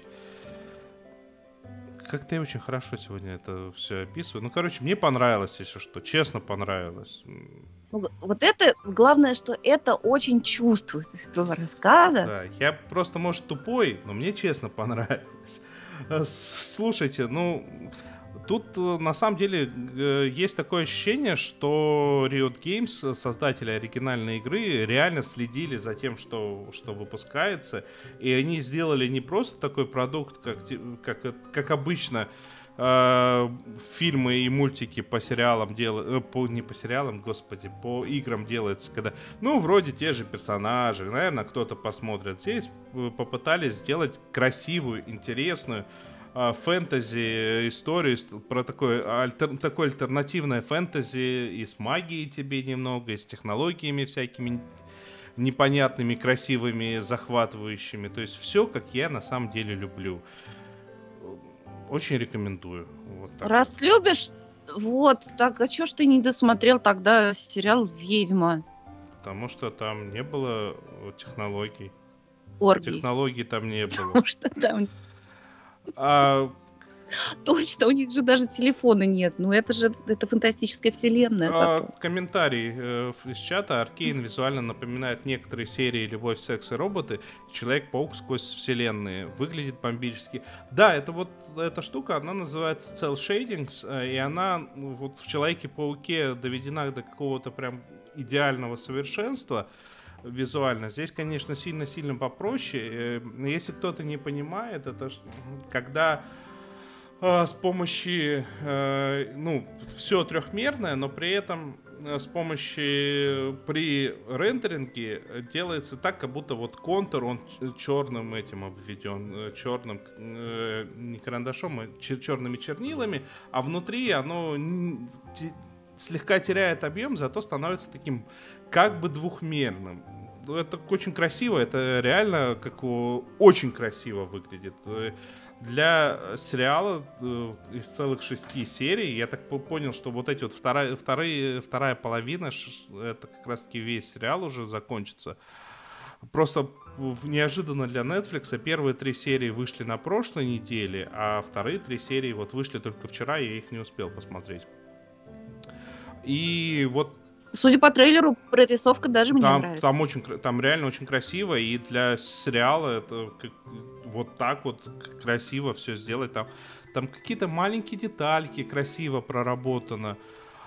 Как-то я очень хорошо сегодня это все описываю. Мне понравилось, если что. Честно, понравилось. Вот это, главное, что это очень чувствуется из твоего рассказа. Да, я просто, может, тупой, но мне честно понравилось. Слушайте, Тут на самом деле есть такое ощущение, что Riot Games, создатели оригинальной игры, реально следили за тем, что выпускается, и они сделали не просто такой продукт, как обычно фильмы и мультики по сериалам делают, не по сериалам, господи, по играм делается, когда, ну, вроде те же персонажи, наверное, кто-то посмотрит. Здесь попытались сделать красивую, интересную фэнтези историю про такое альтернативное фэнтези и с магией тебе немного, и с технологиями всякими непонятными, красивыми, захватывающими. То есть все, как я на самом деле люблю. Очень рекомендую. Вот так. Раз любишь, вот, так, а чё ж ты не досмотрел тогда сериал «Ведьма»? Потому что там не было технологий. Оргий. Технологий там не было. Потому что там... Точно, у них же даже телефона нет. Ну, это же фантастическая вселенная. Комментарий из чата. Аркейн визуально напоминает некоторые серии «Любовь, секс и роботы». Человек-паук сквозь вселенные. Выглядит бомбически. Да, это вот эта штука, она называется Cell Shadings, и она вот в Человеке-пауке доведена до какого-то прям идеального совершенства визуально. Здесь, конечно, сильно-сильно попроще. Если кто-то не понимает, это когда с помощью, все трехмерное, но при этом с помощью при рендеринге делается так, как будто вот контур, он черным этим обведен, черным, не карандашом, а черными чернилами, а внутри оно слегка теряет объем, зато становится таким как бы двухмерным. Это очень красиво, это реально очень красиво выглядит. Для сериала из целых 6 серий, я так понял, что вот эти вот вторая половина, это как раз таки весь сериал уже закончится. Просто неожиданно для Netflix первые 3 серии вышли на прошлой неделе, а вторые 3 серии вот вышли только вчера, я их не успел посмотреть. И вот судя по трейлеру, прорисовка даже мне нравится. Там реально очень красиво, и для сериала это вот так вот красиво все сделать. Там какие-то маленькие детальки красиво проработано.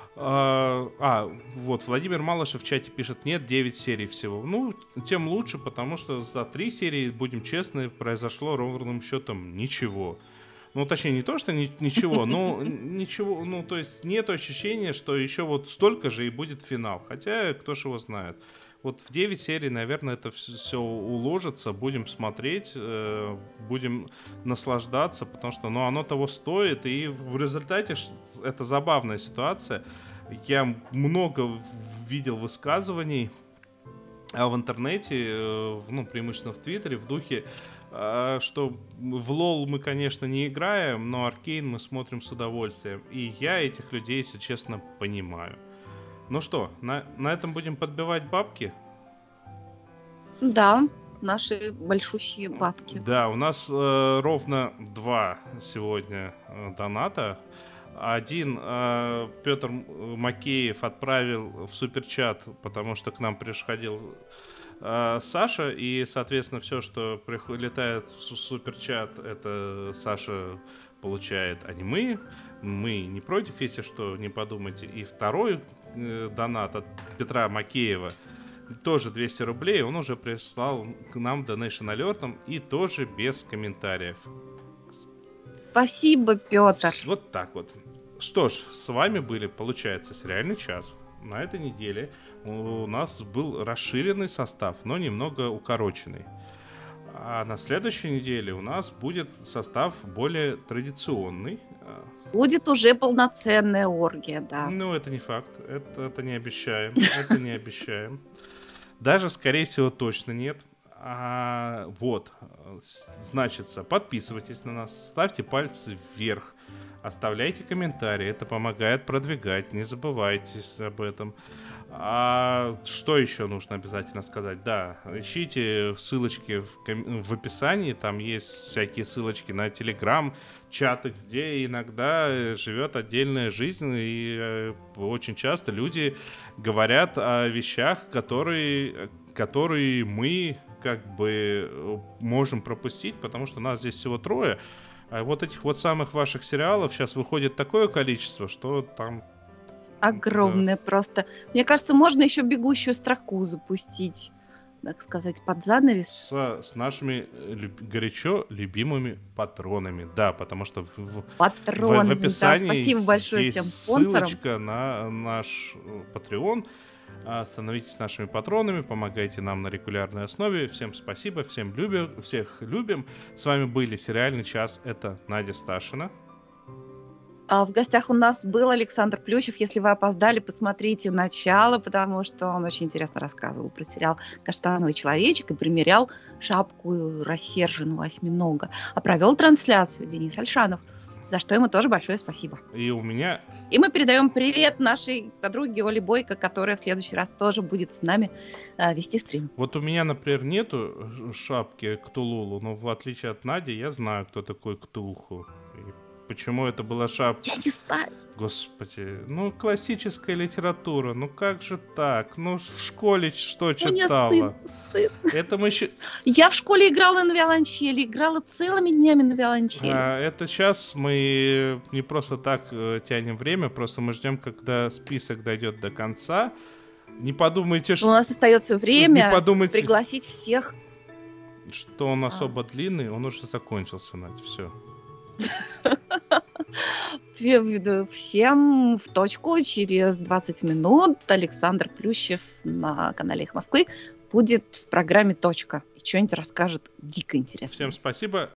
Вот, Владимир Малышев в чате пишет, нет, 9 серий всего. Ну, тем лучше, потому что за 3 серии, будем честны, произошло ровным счетом ничего. Ну, точнее, не то, что ничего, но ничего, ну, то есть нет ощущения, что еще вот столько же и будет финал. Хотя, кто ж его знает. Вот в 9 серий, наверное, это все уложится, будем смотреть, будем наслаждаться, потому что, ну, оно того стоит, и в результате это забавная ситуация. Я много видел высказываний в интернете, ну, преимущественно в Твиттере, в духе, что в лол мы, конечно, не играем, но Аркейн мы смотрим с удовольствием. И я этих людей, если честно, понимаю. Ну что, на этом будем подбивать бабки? Да, наши большущие бабки. Да, у нас ровно 2 сегодня доната. Один Петр Макеев отправил в суперчат, потому что к нам приходил Саша, и, соответственно, все, что прилетает в суперчат, это Саша получает, а не мы. Мы не против, если что, не подумайте. И второй донат от Петра Макеева, тоже 200 рублей, он уже прислал к нам Donation Alert, и тоже без комментариев. Спасибо, Петр. Вот так вот. Что ж, с вами были, получается, сериальный час. На этой неделе у нас был расширенный состав, но немного укороченный. А на следующей неделе у нас будет состав более традиционный. Будет уже полноценная оргия, да. Ну, это не факт. Это не обещаем. Это не обещаем. Даже, скорее всего, точно нет. Вот. Значится, подписывайтесь на нас, ставьте пальцы вверх. Оставляйте комментарии, это помогает продвигать, не забывайте об этом. А что еще нужно обязательно сказать? Да, ищите ссылочки в описании, там есть всякие ссылочки на Telegram, чаты, где иногда живет отдельная жизнь, и очень часто люди говорят о вещах, которые мы как бы можем пропустить, потому что нас здесь всего 3. А вот этих вот самых ваших сериалов сейчас выходит такое количество, что там... Огромное просто. Мне кажется, можно еще «Бегущую строку» запустить, так сказать, под занавес. С нашими горячо любимыми патронами. Да, потому что в описании да, спасибо большое есть всем спонсорам. ссылочка на наш Patreon. Становитесь нашими патронами, помогайте нам на регулярной основе. Всем спасибо, всем всех любим. С вами были «Сериальный час». Это Надя Сташина. В гостях у нас был Александр Плющев. Если вы опоздали, посмотрите начало, потому что он очень интересно рассказывал про сериал «Каштановый человечек» и примерял шапку рассерженного осьминога. А провел трансляцию Денис Альшанов, за что ему тоже большое спасибо. И у меня... И мы передаем привет нашей подруге Оле Бойко, которая в следующий раз тоже будет с нами вести стрим. Вот у меня, например, нету шапки Ктулулу, но в отличие от Нади, я знаю, кто такой Ктулху. И почему это была шапка? Я не знаю. Господи, ну классическая литература, ну как же так? Ну в школе что читала? Мне стыдно. Это мы еще... Я в школе играла на виолончели, играла целыми днями на виолончели. Это сейчас мы не просто так тянем время, просто мы ждем, когда список дойдет до конца. Не подумайте, что... У нас остается время не подумайте, пригласить всех. что он особо длинный, он уже закончился, Надь, все. Всем в точку. Через 20 минут Александр Плющев на канале «Эхо Москвы» будет в программе «Точка». И что-нибудь расскажет дико интересно. Всем спасибо.